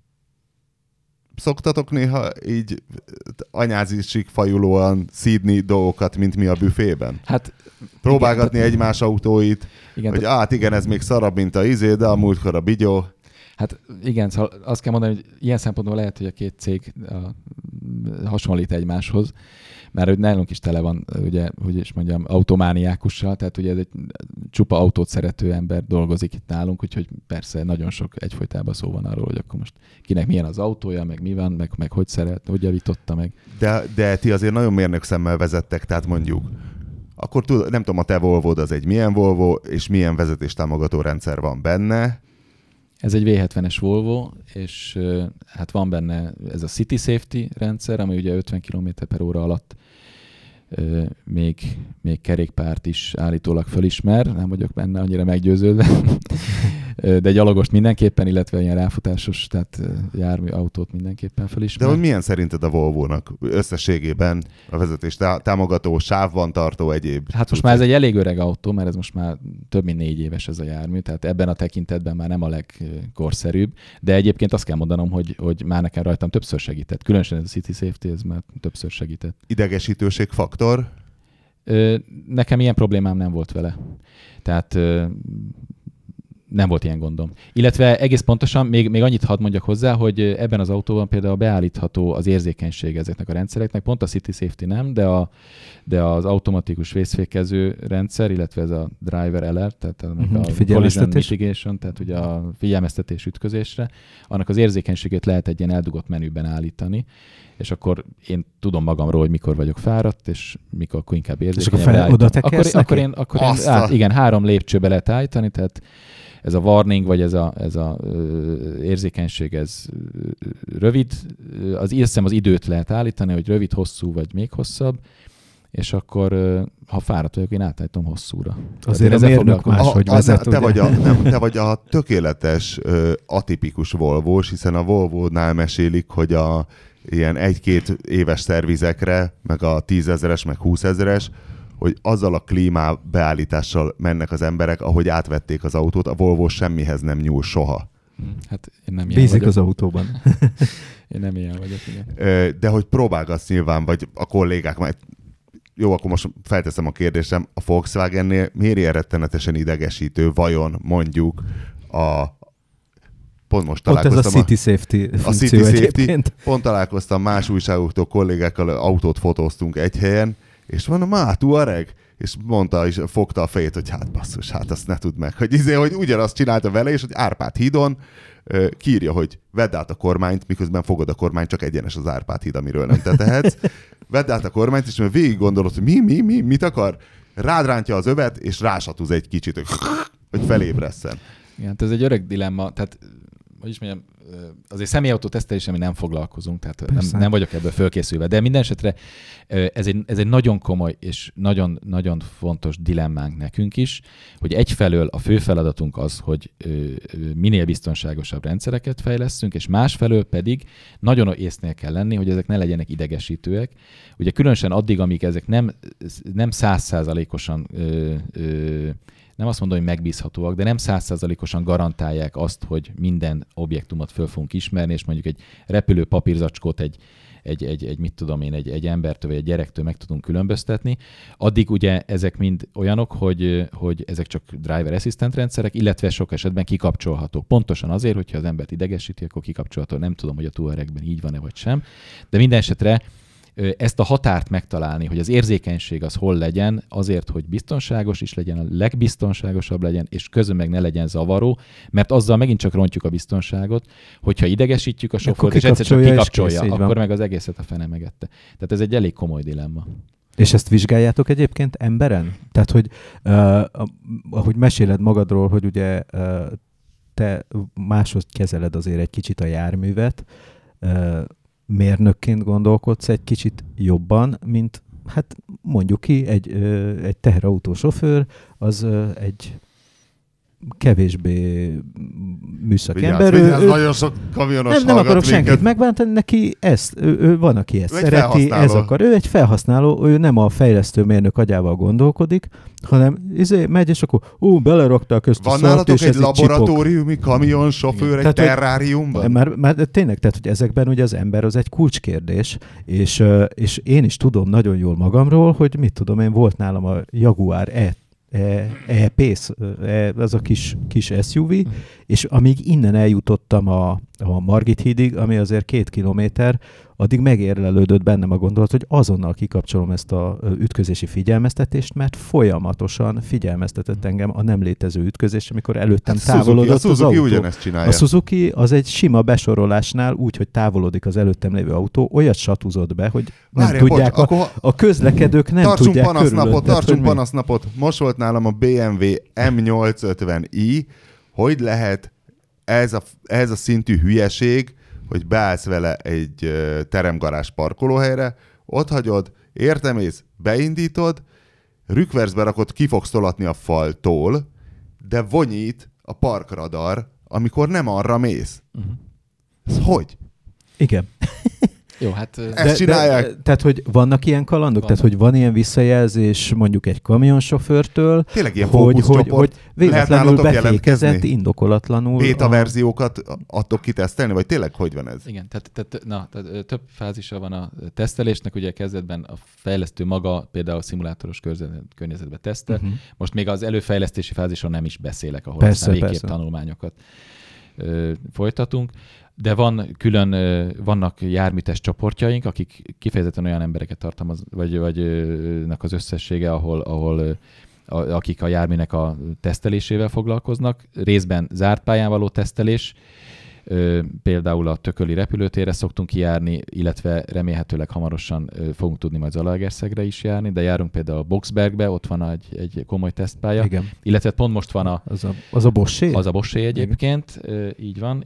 Szoktatok néha így anyázisig fajulóan szídni dolgokat, mint mi a büfében? Hát próbálgatni igen, egymás autóit, igen, hogy igen, ez még szarabb, mint a izé, de a múltkor a bigyó. Hát igen, szóval azt kell mondani, hogy ilyen szempontból lehet, hogy a két cég hasonlít egymáshoz, mert hogy nálunk is tele van, ugye, hogy is mondjam, automániákussal, tehát ugye ez egy csupa autót szerető ember dolgozik itt nálunk, úgyhogy persze nagyon sok egyfolytában szó van arról, hogy akkor most kinek milyen az autója, meg mi van, meg hogy szeret, hogy javította meg. De ti azért nagyon mérnök szemmel vezettek, tehát mondjuk, akkor nem tudom, a te Volvod az egy milyen Volvo, és milyen vezetéstámogató rendszer van benne. Ez egy V70-es Volvo, és hát van benne ez a City Safety rendszer, ami ugye 50 km/h alatt még kerékpárt is állítólag fölismer, nem vagyok benne annyira meggyőződve, de gyalogost mindenképpen, illetve ilyen ráfutásos, tehát jármű autót mindenképpen fölismer. De hogy milyen szerinted a Volvo-nak összességében a vezetés támogató, sávban tartó egyéb? Hát most már ez egy elég öreg autó, mert ez most már több mint 4 éves ez a jármű, tehát ebben a tekintetben már nem a legkorszerűbb, de egyébként azt kell mondanom, hogy már nekem rajtam többször segített. Különösen ez a City Safety, ez már többször segített. Idegesítőség faktor? Nekem ilyen problémám nem volt vele. Tehát nem volt ilyen gondom. Illetve egész pontosan, még annyit hadd mondjak hozzá, hogy ebben az autóban például beállítható az érzékenység ezeknek a rendszereknek. Pont a City Safety nem, de az automatikus vészfékező rendszer, illetve ez a driver alert, tehát a collision mitigation, tehát ugye a figyelmeztetés ütközésre, annak az érzékenységét lehet egy ilyen eldugott menüben állítani, és akkor én tudom magamról, hogy mikor vagyok fáradt, és mikor akkor inkább érzékenyebb. És akkor oda tekersz akkor én 3 lépcsőbe lehet állítani, tehát ez a warning, vagy ez a érzékenység, ez rövid, az időt lehet állítani, hogy rövid, hosszú, vagy még hosszabb, és akkor, ha fáradt vagyok, én átállítom hosszúra. Azért a mérnök máshogy vezet. Te vagy a tökéletes atipikus Volvós, hiszen a Volvo-nál mesélik, hogy ilyen 1-2 éves szervizekre, meg a 10 000-es, meg 20 000-es, hogy azzal a klímá beállítással mennek az emberek, ahogy átvették az autót, a Volvo semmihez nem nyúl soha. Hát én nem ilyen Bízik vagyok. az autóban. Én nem ilyen vagyok, igen. De hogy próbálgatsz nyilván, vagy a kollégák majd. Jó, akkor most felteszem a kérdésem, a Volkswagennél miért ilyen rettenetesen idegesítő, vajon mondjuk pont most találkoztam. Ott ez a City Safety funkció egyébként. Pont találkoztam más újságoktól, kollégákkal, autót fotóztunk egy helyen, és mondom, Tuareg? És mondta, és fogta a fejét, hogy hát basszus, hát azt ne tudd meg. Hogy ugyanazt csinálta vele, és hogy Árpád hídon kiírja, hogy vedd át a kormányt, miközben fogod a kormányt, csak egyenes az Árpád híd, amiről nem te tehetsz. Vedd át a kormányt, és végig gondolod, hogy mit akar, rád rántja az övet, és rásatúz egy kicsit, hogy felébresszen. Igen, ez egy öreg dilemma, tehát hogy is mondjam, azért személyautó teszteléssel mi nem foglalkozunk, tehát nem vagyok ebből fölkészülve, de minden esetre ez egy nagyon komoly és nagyon, nagyon fontos dilemmánk nekünk is, hogy egyfelől a fő feladatunk az, hogy minél biztonságosabb rendszereket fejlesztünk, és másfelől pedig nagyon észnél kell lenni, hogy ezek ne legyenek idegesítőek. Ugye különösen addig, amíg ezek nem 100%-osan nem azt mondom, hogy megbízhatóak, de nem 100%-osan garantálják azt, hogy minden objektumot föl fogunk ismerni, és mondjuk egy repülő papírzacskót mit tudom én, egy embertől vagy egy gyerektől meg tudunk különböztetni. Addig ugye ezek mind olyanok, hogy ezek csak driver assistant rendszerek, illetve sok esetben kikapcsolhatók. Pontosan azért, hogyha az embert idegesíti, akkor kikapcsolható. Nem tudom, hogy a Touaregben így van-e vagy sem. De minden esetre ezt a határt megtalálni, hogy az érzékenység az hol legyen, azért, hogy biztonságos is legyen, a legbiztonságosabb legyen, és közben meg ne legyen zavaró, mert azzal megint csak rontjuk a biztonságot, hogyha idegesítjük a sofőrt, és egyszer csak kikapcsolja, akkor meg az egészet a fene megette. Tehát ez egy elég komoly dilemma. És ezt vizsgáljátok egyébként emberen? Tehát, hogy ahogy meséled magadról, hogy ugye te máshogy kezeled azért egy kicsit a járművet, mérnökként gondolkodsz egy kicsit jobban, mint hát mondjuk ki, egy teherautó sofőr, az egy kevésbé műszaki ember. Nagyon sok kamionos nem akarok senkit megbántani, neki ő van, aki ezt szereti, ez akar. Ő egy felhasználó, ő nem a fejlesztő mérnök agyával gondolkodik, hanem megy, és akkor belerakták ezt a szart, van nálatok egy laboratóriumi kamionsofőr egy terráriumban? Már tényleg, tehát hogy ezekben ugye az ember az egy kulcskérdés, és én is tudom nagyon jól magamról, hogy mit tudom én, volt nálam a Jaguar E-Pace, az a kis SUV, és amíg innen eljutottam a Margit hídig, ami azért 2 kilométer, addig megérlelődött bennem a gondolat, hogy azonnal kikapcsolom ezt a ütközési figyelmeztetést, mert folyamatosan figyelmeztetett engem a nem létező ütközés, amikor előttem távolodott az autó. Ugyanezt csinálja. A Suzuki az egy sima besorolásnál úgy, hogy távolodik az előttem lévő autó, olyat satúzott be, hogy nem tudják, a közlekedők nem tudják körülöttet. Tartsunk panasznapot. Most volt nálam a BMW M850i, hogy lehet ez a szintű hülyeség, hogy beállsz vele egy teremgarázs parkolóhelyre, ott hagyod, értemész, beindítod, rükvercbe rakod, ki fogsz tolatni a faltól, de vonyít a parkradar, amikor nem arra mész. Ez hogy? Igen. Jó, hát... Ezt csinálják. Tehát, hogy vannak ilyen kalandok? Tehát, hogy van ilyen visszajelzés mondjuk egy kamionsofőrtől, tényleg ilyen fókuszcsoport. Hogy véletlenül befékezett, indokolatlanul. Beta verziókat adtok kitesztelni, vagy tényleg hogy van ez? Igen, tehát több fázisa van a tesztelésnek, ugye kezdetben a fejlesztő maga például szimulátoros környezetben tesztel. Most még az előfejlesztési fázison nem is beszélek, ahol végképp tanulmányokat folytatunk. De vannak járműtest csoportjaink, akik kifejezetten olyan embereket tartalmaz, vagy az összessége, ahol akik a járműnek a tesztelésével foglalkoznak. Részben zárt pályán való tesztelés, például a Tököli repülőtérre szoktunk kijárni, illetve remélhetőleg hamarosan fogunk tudni majd Zalaegerszegre is járni, de járunk például a Boxbergbe, ott van egy komoly tesztpálya. Igen. Illetve pont most van az a Bossé? Az a Bossé egyébként, így van,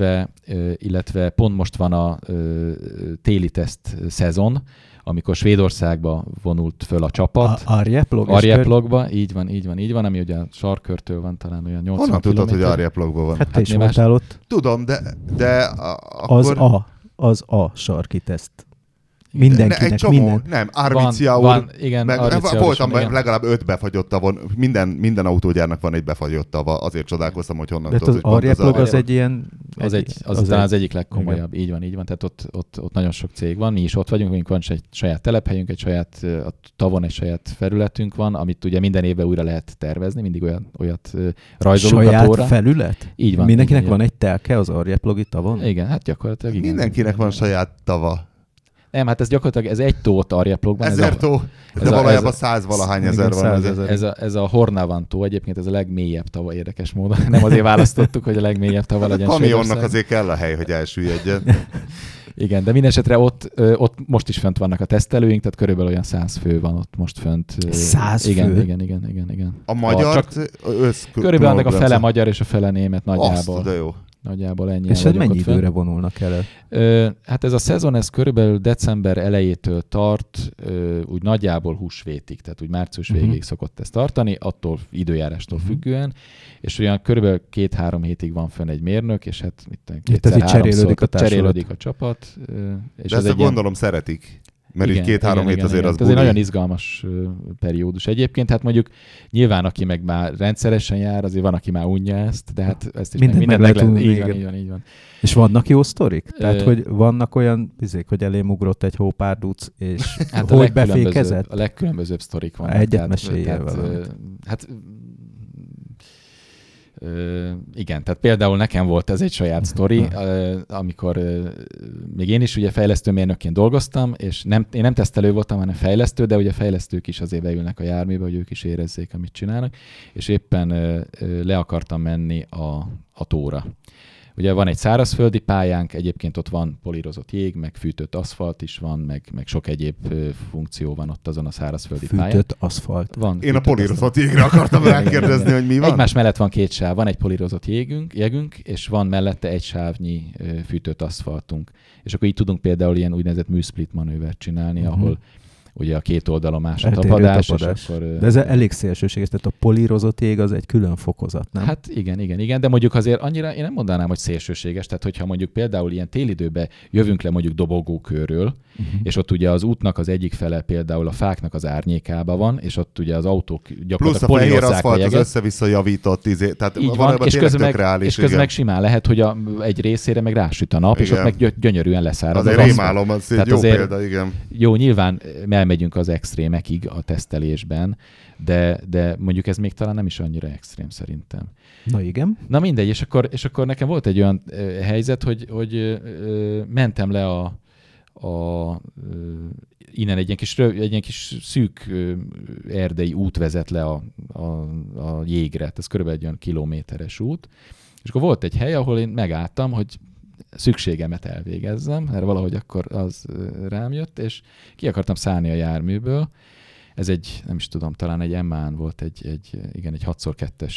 illetve pont most van a téli teszt szezon, amikor Svédországba vonult föl a csapat. Arjeplogba, így van, ami ugye a sarkörtől van talán olyan 80 honnan tudod, hogy Arjeplogban van? Hát te is voltál ott. Tudom, de akkor... Az a sarki teszt. Mindenkinek, egy csomó, nem, Arvidsjaur. Van, igen, voltam legalább 5 befagyott tavon. Minden autógyárnak van egy befagyott tava, azért csodálkoztam, hogy honnan tudod, hogy Arjeplog az egy ilyen... Az talán az egyik legkomolyabb, igen. Így van, tehát ott nagyon sok cég van, mi is ott vagyunk, van egy saját telephelyünk, a tavon egy saját felületünk van, amit ugye minden évben újra lehet tervezni, mindig olyat rajzolunk saját a tóra. felület? Így van. Mindenkinek van egy telke az Arjeplogi tavon? Igen, hát gyakorlatilag igen. Mindenkinek van saját tava. Nem, hát ez gyakorlatilag ez egy tó ott Arjeplogban. 1000 tó, de valójában 100-valahány ezer van. Ez a Hornavan tó, egyébként ez a legmélyebb tava érdekes módon. Nem azért választottuk, hogy a legmélyebb tava legyen. A kamionnak azért kell a hely, hogy elsüllyedjen. Igen, de mindesetre ott most is fönt vannak a tesztelőink, tehát körülbelül olyan 100 fő van ott most fönt. 100 fő? Igen. A magyar? Körülbelül annak a fele magyar és a fele német nagyjából. Azt, de jó. Nagyjából ennyi. És mennyi időre vonulnak el? Hát ez a szezon, ez körülbelül december elejétől tart, úgy nagyjából húsvétig, tehát úgy március végéig szokott ezt tartani, attól időjárástól függően, és olyan körülbelül 2-3 hétig van fönn egy mérnök, és hát kétszer-háromszor cserélődik a csapat. És de ezt gondolom szeretik. Mert így 2-3 hét azért az ez egy nagyon izgalmas periódus. Egyébként hát mondjuk nyilván, aki meg már rendszeresen jár, azért van, aki már unja ezt, de hát ezt is minden meg lehet. Így van. És vannak jó sztorik? Tehát, hogy vannak olyan hogy elém ugrott egy hópárduc, és hát hogy befékezett? A legkülönbözőbb sztorik vannak. Egyet meséljél valamit. Igen, tehát például nekem volt ez egy saját sztori, amikor még én is ugye fejlesztőmérnökként dolgoztam, és én nem tesztelő voltam, hanem fejlesztő, de ugye fejlesztők is azért beülnek a járműbe, hogy ők is érezzék, amit csinálnak, és éppen le akartam menni a tóra. Ugye van egy szárazföldi pályánk, egyébként ott van polírozott jég, meg fűtött aszfalt is van, meg sok egyéb funkció van ott azon a szárazföldi pályán. Fűtött aszfalt. Van. Én a polírozott jégre akartam rákérdezni, hogy mi van. Egymás mellett van 2 sáv, van egy polírozott jégünk, és van mellette egy sávnyi fűtött aszfaltunk. És akkor így tudunk például ilyen úgynevezett műsplit manővert csinálni, ahol ugye a 2 oldalon más a tapadás. És akkor, de ez elég szélsőséges, tehát a polírozott jég az egy külön fokozat, nem? Hát igen, de mondjuk azért annyira én nem mondanám, hogy szélsőséges, tehát hogyha mondjuk például ilyen télidőben jövünk le mondjuk dobogókörről, és ott ugye az útnak az egyik fele például a fáknak az árnyékába van, és ott ugye az autók gyakorlatilag polírozzák a jeget. Plusz a fehér aszfalt az össze-vissza javított, tehát így van, és közben meg simán lehet, hogy egy részére meg rásüt a nap, és ott meg gyönyörűen leszárad. Azért rémálom, az egy jó példa, igen. Jó, nyilván elmegyünk az extrémekig a tesztelésben, de mondjuk ez még talán nem is annyira extrém szerintem. Na igen. Na mindegy, és akkor nekem volt egy olyan helyzet, hogy mentem le innen egy ilyen kis szűk erdei út vezet le a jégre, ez körülbelül egy olyan kilométeres út, és akkor volt egy hely, ahol én megálltam, hogy szükségemet elvégezzem, mert valahogy akkor az rám jött, és ki akartam szállni a járműből. Ez egy, nem is tudom, talán egy MAN volt, egy 6x2-es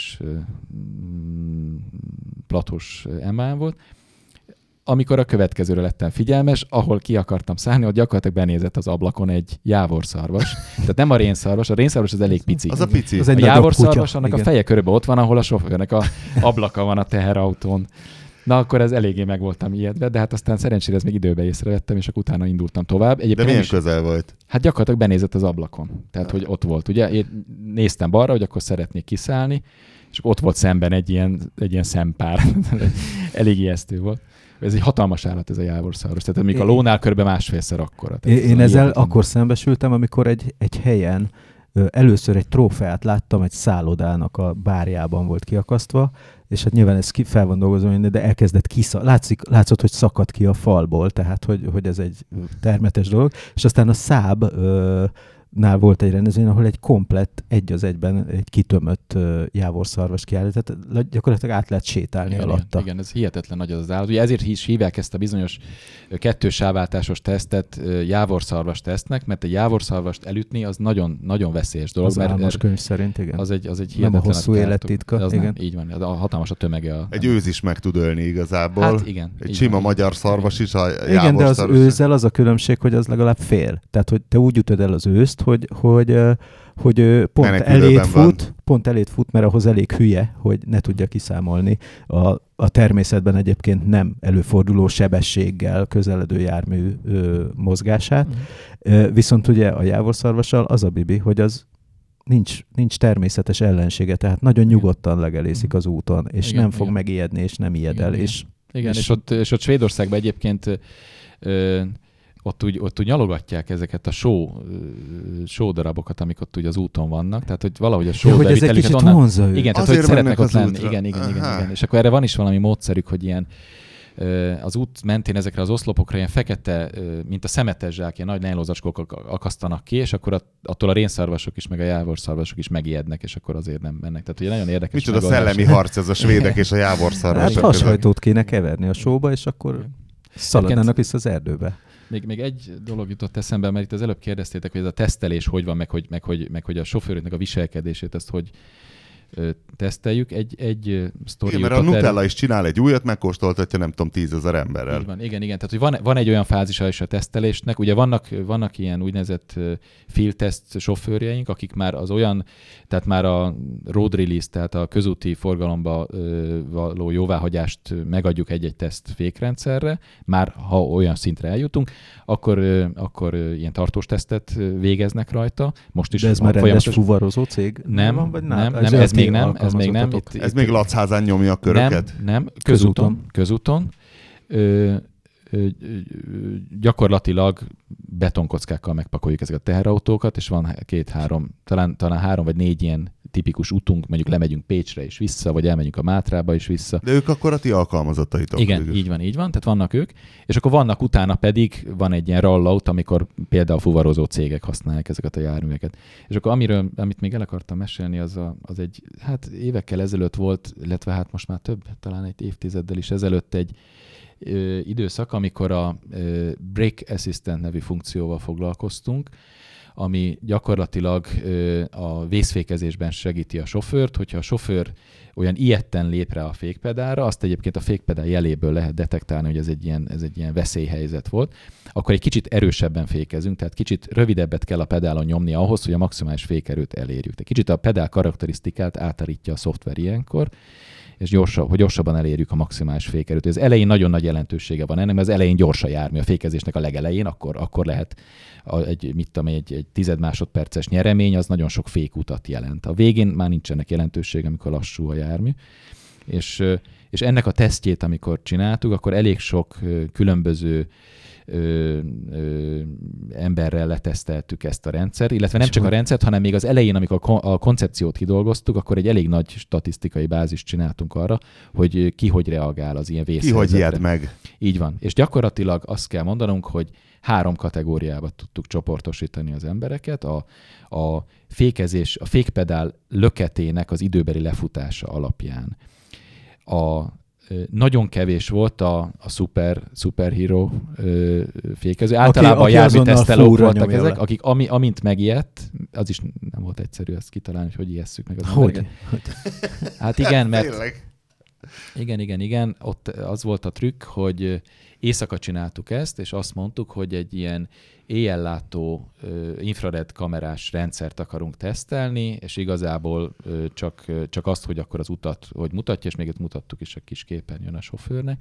platós MAN volt. Amikor a következőre lettem figyelmes, ahol ki akartam szállni, ott gyakorlatilag benézett az ablakon egy jávorszarvas. Tehát nem a rénszarvas az elég pici. Az a pici. Az a jávorszarvas, annak igen. A feje körülbelül ott van, ahol a sofőrnek a ablaka van a teherautón. Na, akkor ez eléggé meg voltam ijedve, de hát aztán szerencsére ez még időben észrevettem, és akkor utána indultam tovább. De milyen közel volt? Hát gyakorlatilag benézett az ablakon. Tehát, hogy ott volt. Ugye én néztem balra, hogy akkor szeretnék kiszállni, és ott volt szemben egy ilyen szempár. Elég ijesztő volt. Ez egy hatalmas állat, ez a jávorszarvas. Tehát amikor a lónál körülbelül 1,5-szer akkora. Én ezzel akkor szembesültem, amikor egy helyen először egy trófeát láttam, egy szállodának a bárjában volt kiakasztva, és hát nyilván ez fel van dolgozva, de elkezdett látszott, hogy szakadt ki a falból, tehát hogy ez egy termetes dolog, és aztán a Saab-nál volt egy rendezvény, ahol egy komplett egy az egyben egy kitömött jávorszarvas kiállít, tehát gyakorlatilag át lehet sétálni alatta. Igen, ez hihetetlen nagy az állat. Ugye ezért is hívják ezt a bizonyos 2 sávváltásos tesztet jávorszarvas tesztnek, mert egy jávorszarvast elütni az nagyon, nagyon veszélyes dolog. Az álmos könyv szerint, igen. Az egy hihetetlen. Nem a hosszú élettitka. Igen. Nem, így van, hatalmas a tömege. Egy őz is meg tud ölni igazából. Hát igen. Egy sima magyar szarvas is, a igen, de az őzzel az a különbség, hogy az legalább fél. Tehát, hogy te úgy ütöd el az őzt, hogy pont elét fut, mert ahhoz elég hülye, hogy ne tudja kiszámolni a természetben egyébként nem előforduló sebességgel közeledő jármű mozgását. Viszont ugye a jávorszarvassal az a bibi, hogy az nincs természetes ellensége, tehát nagyon nyugodtan legelészik az úton, és nem fog megijedni, és nem ijed el. Igen, és ott Svédországban egyébként ott úgy nyalogatják ezeket a só darabokat, amik ott ugye az úton vannak, tehát hogy valahogy a só hogy ez egy kicsit vonza őt. Igen, tehát hogy szeretnek ott lenni. Igen. És akkor erre van is valami módszerük, hogy ilyen az út mentén ezekre az oszlopokra ilyen fekete, mint a szemetes zsák, ilyen nagy nejlózacskók akasztanak ki, és akkor attól a rénszarvasok is, meg a jávorszarvasok is megijednek, és akkor azért nem mennek. Tehát ugye nagyon érdekes. Micsoda szellemi harc ez a svédek és a jávorszarvasok. Hát hashajtót kéne keverni a sóba, és akkor szaladnának vissza az erdőbe. Még egy dolog jutott eszembe, mert itt az előbb kérdeztétek, hogy ez a tesztelés hogy van, meg hogy a sofőröknek a viselkedését, ezt teszteljük. Egy sztori. Igen, mert a Nutella is csinál egy újat, megkóstoltatja, nem tudom, 10 000 emberrel. Így van, igen. Tehát, hogy van egy olyan fázisa is a tesztelésnek. Ugye vannak ilyen úgynevezett field test sofőrjeink, akik már az olyan, tehát már a road release, tehát a közúti forgalomba való jóváhagyást megadjuk egy-egy teszt fékrendszerre, már ha olyan szintre eljutunk, akkor ilyen tartós tesztet végeznek rajta. Most is. De ez már rendes fuvarozó cég? Nem, ez még nem. Ez még Lacházán nyomja a köröket? Nem, közúton. Gyakorlatilag betonkockákkal megpakoljuk ezeket a teherautókat, és van 2-3, talán 3 vagy 4 ilyen tipikus utunk, mondjuk lemegyünk Pécsre és vissza, vagy elmegyünk a Mátrába és vissza. De ők akkor a ti alkalmazottaitok. Igen, így van, tehát vannak ők, és akkor vannak utána pedig, van egy ilyen rollout, amikor például fuvarozó cégek használják ezeket a járműveket. És akkor amit még el akartam mesélni, az egy, hát évekkel ezelőtt volt, illetve hát most már több, talán egy évtizeddel is ezelőtt egy időszak, amikor a Brake Assistant nevű funkcióval foglalkoztunk, ami gyakorlatilag a vészfékezésben segíti a sofőrt, hogyha a sofőr olyan ijedten lép rá a fékpedálra, azt egyébként a fékpedál jeléből lehet detektálni, hogy ez egy ilyen veszélyhelyzet volt, akkor egy kicsit erősebben fékezünk, tehát kicsit rövidebbet kell a pedálon nyomni ahhoz, hogy a maximális fékerőt elérjük. Tehát kicsit a pedál karakterisztikát átállítja a szoftver ilyenkor, és gyorsabban elérjük a maximális fékerőt. Az elején nagyon nagy jelentősége van ennek, mert az elején gyors a jármű, a fékezésnek a legelején, akkor lehet egy 10 másodperces nyeremény, az nagyon sok fékutat jelent. A végén már nincsenek jelentősége, amikor lassú a jármű. És ennek a tesztjét, amikor csináltuk, akkor elég sok különböző emberrel leteszteltük ezt a rendszert, illetve nem csak a rendszert, hanem még az elején, amikor a koncepciót kidolgoztuk, akkor egy elég nagy statisztikai bázist csináltunk arra, hogy ki hogy reagál az ilyen vészhelyzetre. Ki hogy ijed meg. Így van. És gyakorlatilag azt kell mondanunk, hogy 3 kategóriába tudtuk csoportosítani az embereket. A fékezés, a fékpedál löketének az időbeli lefutása alapján. Nagyon kevés volt a superhero fékező. Általában a járműtesztelők voltak ezek, akik amint megijedt, az is nem volt egyszerű ezt kitalálni, hogy ijesszük meg az embereket. Hát igen, mert igen, ott az volt a trükk, hogy éjszaka csináltuk ezt, és azt mondtuk, hogy egy ilyen éjjellátó infrared kamerás rendszert akarunk tesztelni, és igazából csak azt, hogy akkor az utat hogy mutatja, és még itt mutattuk is a kis képernyőn a sofőrnek.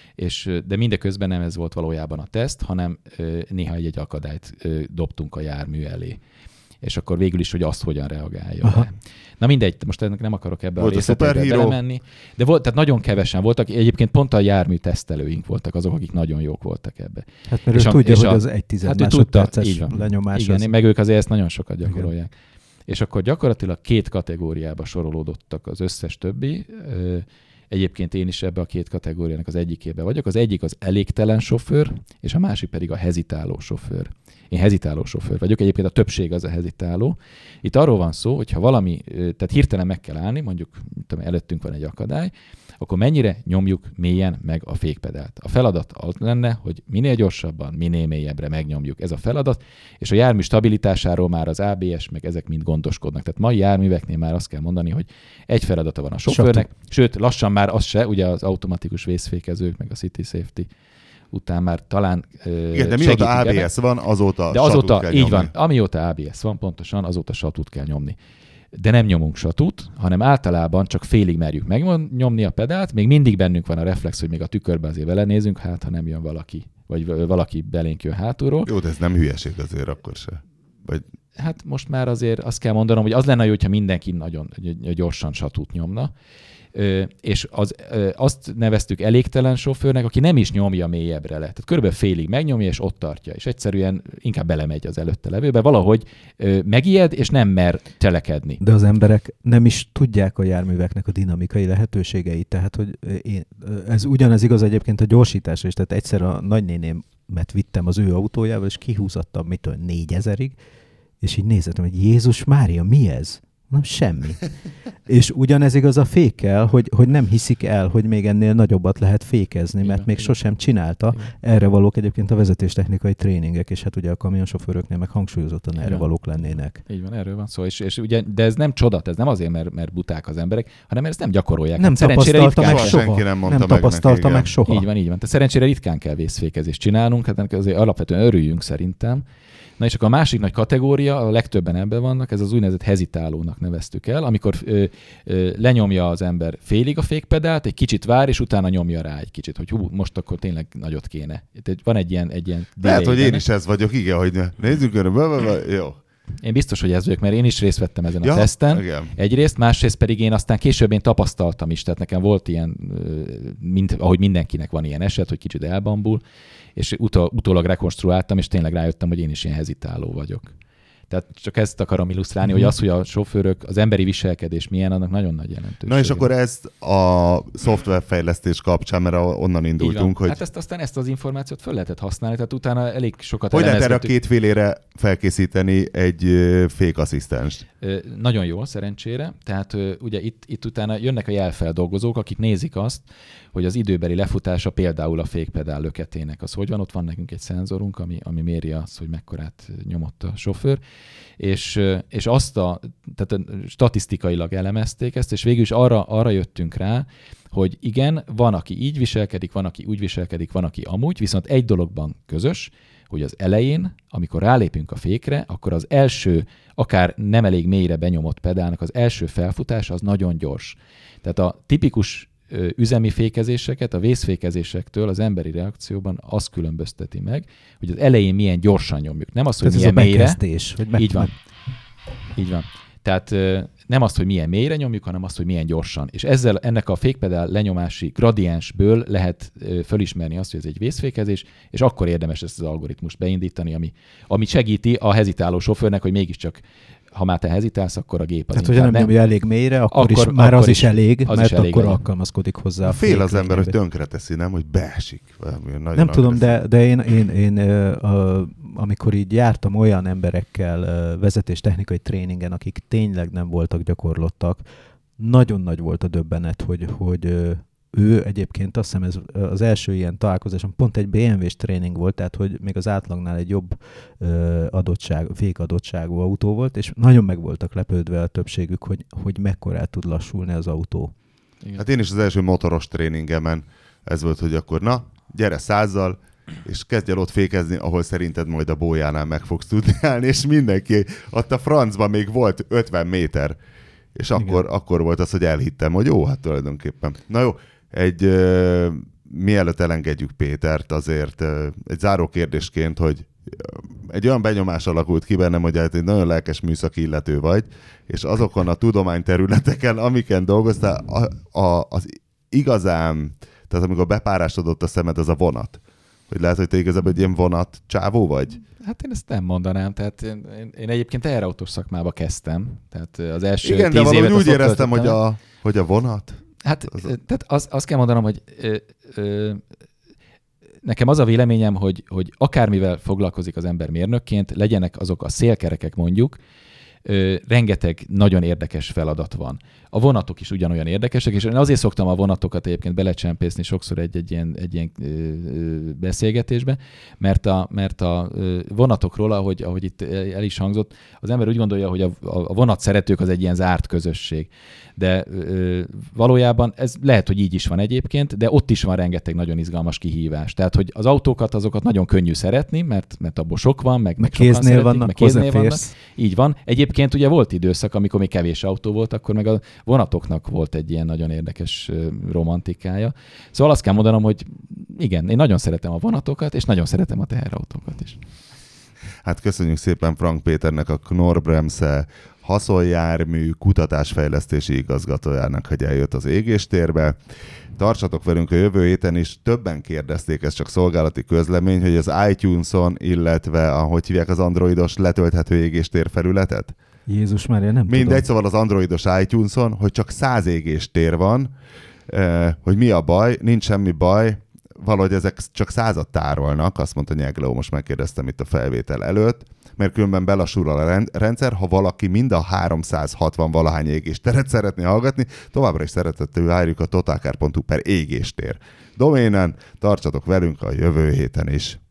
De mindeközben nem ez volt valójában a teszt, hanem néha egy akadályt dobtunk a jármű elé. És akkor végül is, hogy azt hogyan reagálja. Na mindegy, most ennek nem akarok ebbe a részletekbe belemenni. De tehát nagyon kevesen voltak, egyébként pont a jármű tesztelőink voltak azok, akik nagyon jók voltak ebbe. Hát mert ő tudja, hogy az 1 másodperces lenyomás. Igen, meg ők azért ezt nagyon sokat gyakorolják. Igen. És akkor gyakorlatilag 2 kategóriába sorolódottak az összes többi. Egyébként én is ebbe a 2 kategóriának az egyikébe vagyok. Az egyik az elégtelen sofőr, és a másik pedig a hezitáló sofőr. Én hezitáló sofőr vagyok, egyébként a többség az a hezitáló. Itt arról van szó, hogyha valami, tehát hirtelen meg kell állni, mondjuk előttünk van egy akadály, akkor mennyire nyomjuk mélyen meg a fékpedált. A feladat az lenne, hogy minél gyorsabban, minél mélyebbre megnyomjuk. Ez a feladat, és a jármű stabilitásáról már az ABS, meg ezek mind gondoskodnak. Tehát mai járműveknél már azt kell mondani, hogy egy feladata van a sofőrnek, sőt, lassan már az se, ugye az automatikus vészfékezők, meg a City Safety után már talán igen, de mióta ABS van, azóta satút kell így nyomni. Van, amióta ABS van, pontosan, azóta satút kell nyomni. De nem nyomunk satút, hanem általában csak félig merjük megnyomni a pedált, még mindig bennünk van a reflex, hogy még a tükörbe azért vele nézünk, hát ha nem jön valaki, vagy valaki belénk jön hátulról. Jó, de ez nem hülyeség azért akkor se. Vagy... Hát most már azért azt kell mondanom, hogy az lenne jó, hogyha mindenki nagyon gyorsan satút nyomna. És azt neveztük elégtelen sofőrnek, aki nem is nyomja mélyebbre le. Tehát körülbelül félig megnyomja, és ott tartja. És egyszerűen inkább belemegy az előtte levőbe. Valahogy megijed, és nem mer cselekedni. De az emberek nem is tudják a járműveknek a dinamikai lehetőségeit. Tehát, hogy ez ugyanez igaz egyébként a gyorsításra is. Tehát egyszer a nagynénémet vittem az ő autójával, és kihúzattam 4000-ig, és így néztem, hogy Jézus Mária, mi ez? Nem, semmi. És ugyanez igaz a fékkel, hogy nem hiszik el, hogy még ennél nagyobbat lehet fékezni, mert még sosem csinálta. Erre valók egyébként a vezetéstechnikai tréningek, és hát ugye a kamionsofőröknél meg hangsúlyozottan erre valók lennének. Így van, erről van szó. És ugye, de ez nem csodat, ez nem azért, mert buták az emberek, hanem mert ezt nem gyakorolják. Nem tapasztalta meg soha. Nem tapasztalta meg soha. Így van. Tehát szerencsére ritkán kell vészfékezést csinálnunk, hát azért alapvetően örüljünk szerintem. Na és akkor a másik nagy kategória, a legtöbben ebben vannak, ez az úgynevezett hezitálónak neveztük el, amikor lenyomja az ember félig a fékpedált, egy kicsit vár, és utána nyomja rá egy kicsit, hogy most akkor tényleg nagyot kéne. Tehát van egy ilyen lehet, hogy én is ez vagyok, igen, hogy nézzük önre, jó. Én biztos, hogy ez vagyok, mert én is részt vettem ezen a teszten. Igen. Egyrészt, másrészt pedig én aztán később én tapasztaltam is, tehát nekem volt ilyen, ahogy mindenkinek van ilyen eset, hogy kicsit elbambul, és utólag rekonstruáltam, és tényleg rájöttem, hogy én is ilyen hezitáló vagyok. Tehát csak ezt akarom illusztrálni, hogy az, hogy a sofőrök, az emberi viselkedés milyen, annak nagyon nagy jelentősége. Na és akkor ezt a szoftverfejlesztés kapcsán, mert onnan indultunk, hogy... Hát ezt az információt föl lehetett használni, tehát utána elég sokat hogy lehet erre a két félére felkészíteni egy fékasszisztenst? Nagyon jól, szerencsére. Tehát ugye itt utána jönnek a jelfeldolgozók, akik nézik azt, hogy az időbeli lefutása például a fékpedál löketének az hogy van. Ott van nekünk egy szenzorunk, ami méri azt, hogy mekkorát nyomott a sofőr, és tehát statisztikailag elemezték ezt, és végül is arra jöttünk rá, hogy igen, van, aki így viselkedik, van, aki úgy viselkedik, van, aki amúgy, viszont egy dologban közös, hogy az elején, amikor rálépünk a fékre, akkor az első, akár nem elég mélyre benyomott pedálnak az első felfutása az nagyon gyors. Tehát a tipikus üzemi fékezéseket a vészfékezésektől az emberi reakcióban azt különbözteti meg, hogy az elején milyen gyorsan nyomjuk. Nem az, hogy milyen mélyre. Így van. Így van. Tehát nem azt, hogy milyen mélyre nyomjuk, hanem azt, hogy milyen gyorsan. És ennek a fékpedál lenyomási gradiensből lehet fölismerni azt, hogy ez egy vészfékezés, és akkor érdemes ezt az algoritmust beindítani, ami segíti a hezitáló sofőrnek, hogy mégiscsak ha már te hezitálsz, akkor a gép az tehát, hogyha nem nyomja elég mélyre, akkor az is elég, mert akkor alkalmazkodik hozzá. Fél az ember, hogy tönkre teszi, nem? Hogy beesik. Nem tudom, de én amikor így jártam olyan emberekkel vezetéstechnikai tréningen, akik tényleg nem voltak gyakorlottak, nagyon nagy volt a döbbenet, hogy ő egyébként azt hiszem ez az első ilyen találkozáson pont egy BMW-s tréning volt, tehát hogy még az átlagnál egy jobb fékadottságú autó volt, és nagyon meg voltak lepődve a többségük, hogy mekkorát tud lassulni az autó. Igen. Hát én is az első motoros tréningemen ez volt, hogy akkor gyere 100-zal, és kezdj el ott fékezni, ahol szerinted majd a bójánál meg fogsz tudni állni, és mindenki, ott a francban még volt 50 méter, és akkor volt az, hogy elhittem, hogy jó, hát tulajdonképpen. Na jó, mielőtt elengedjük Pétert, azért egy záró kérdésként, hogy egy olyan benyomás alakult ki bennem, hogy egy nagyon lelkes műszaki illető vagy, és azokon a tudományterületeken, amiken dolgoztál, az igazán, tehát amikor bepárásodott a szemed, az a vonat. Hogy lehet, hogy te igazából egy ilyen vonat csávó vagy? Hát én ezt nem mondanám, tehát én egyébként teherautós szakmába kezdtem, tehát az első 10 évet... Igen, de valahogy úgy éreztem, hogy a vonat... Hát tehát azt kell mondanom, hogy nekem az a véleményem, hogy akármivel foglalkozik az ember mérnökként, legyenek azok a szélkerekek mondjuk, rengeteg nagyon érdekes feladat van. A vonatok is ugyanolyan érdekesek, és én azért szoktam a vonatokat egyébként belecsempészni sokszor egy ilyen beszélgetésbe, mert a vonatokról, ahogy itt el is hangzott, az ember úgy gondolja, hogy a vonat szeretők az egy ilyen zárt közösség. De valójában ez lehet, hogy így is van egyébként, de ott is van rengeteg nagyon izgalmas kihívás. Tehát, hogy az autókat, azokat nagyon könnyű szeretni, mert abból sok van, meg sokan szeretik, meg kéznél vannak. Így van. Egyébként ugye volt időszak, amikor még kevés autó volt, akkor meg a vonatoknak volt egy ilyen nagyon érdekes romantikája. Szóval azt kell mondanom, hogy igen, én nagyon szeretem a vonatokat, és nagyon szeretem a teherautókat is. Hát köszönjük szépen Frank Péternek, a Knorr-Bremse haszonjármű kutatásfejlesztési igazgatójának, hogy eljött az égéstérbe. Tartsatok velünk a jövő héten is. Többen kérdezték, ez csak szolgálati közlemény, hogy az iTunes-on, illetve ahogy hívják az androidos letölthető égéstér felületet? Jézus Mária, nem mindegy, tudom. Szóval az androidos iTunes-on, hogy csak 100 égéstér van, hogy mi a baj, nincs semmi baj, valahogy ezek csak 100-at tárolnak, azt mondta Nyegló, most megkérdeztem itt a felvétel előtt, mert különben belassul a rendszer, ha valaki mind a 360 valahány égésteret szeretné hallgatni, továbbra is szeretettel várjuk a totalcar.hu/égéstér doménen, tartsatok velünk a jövő héten is.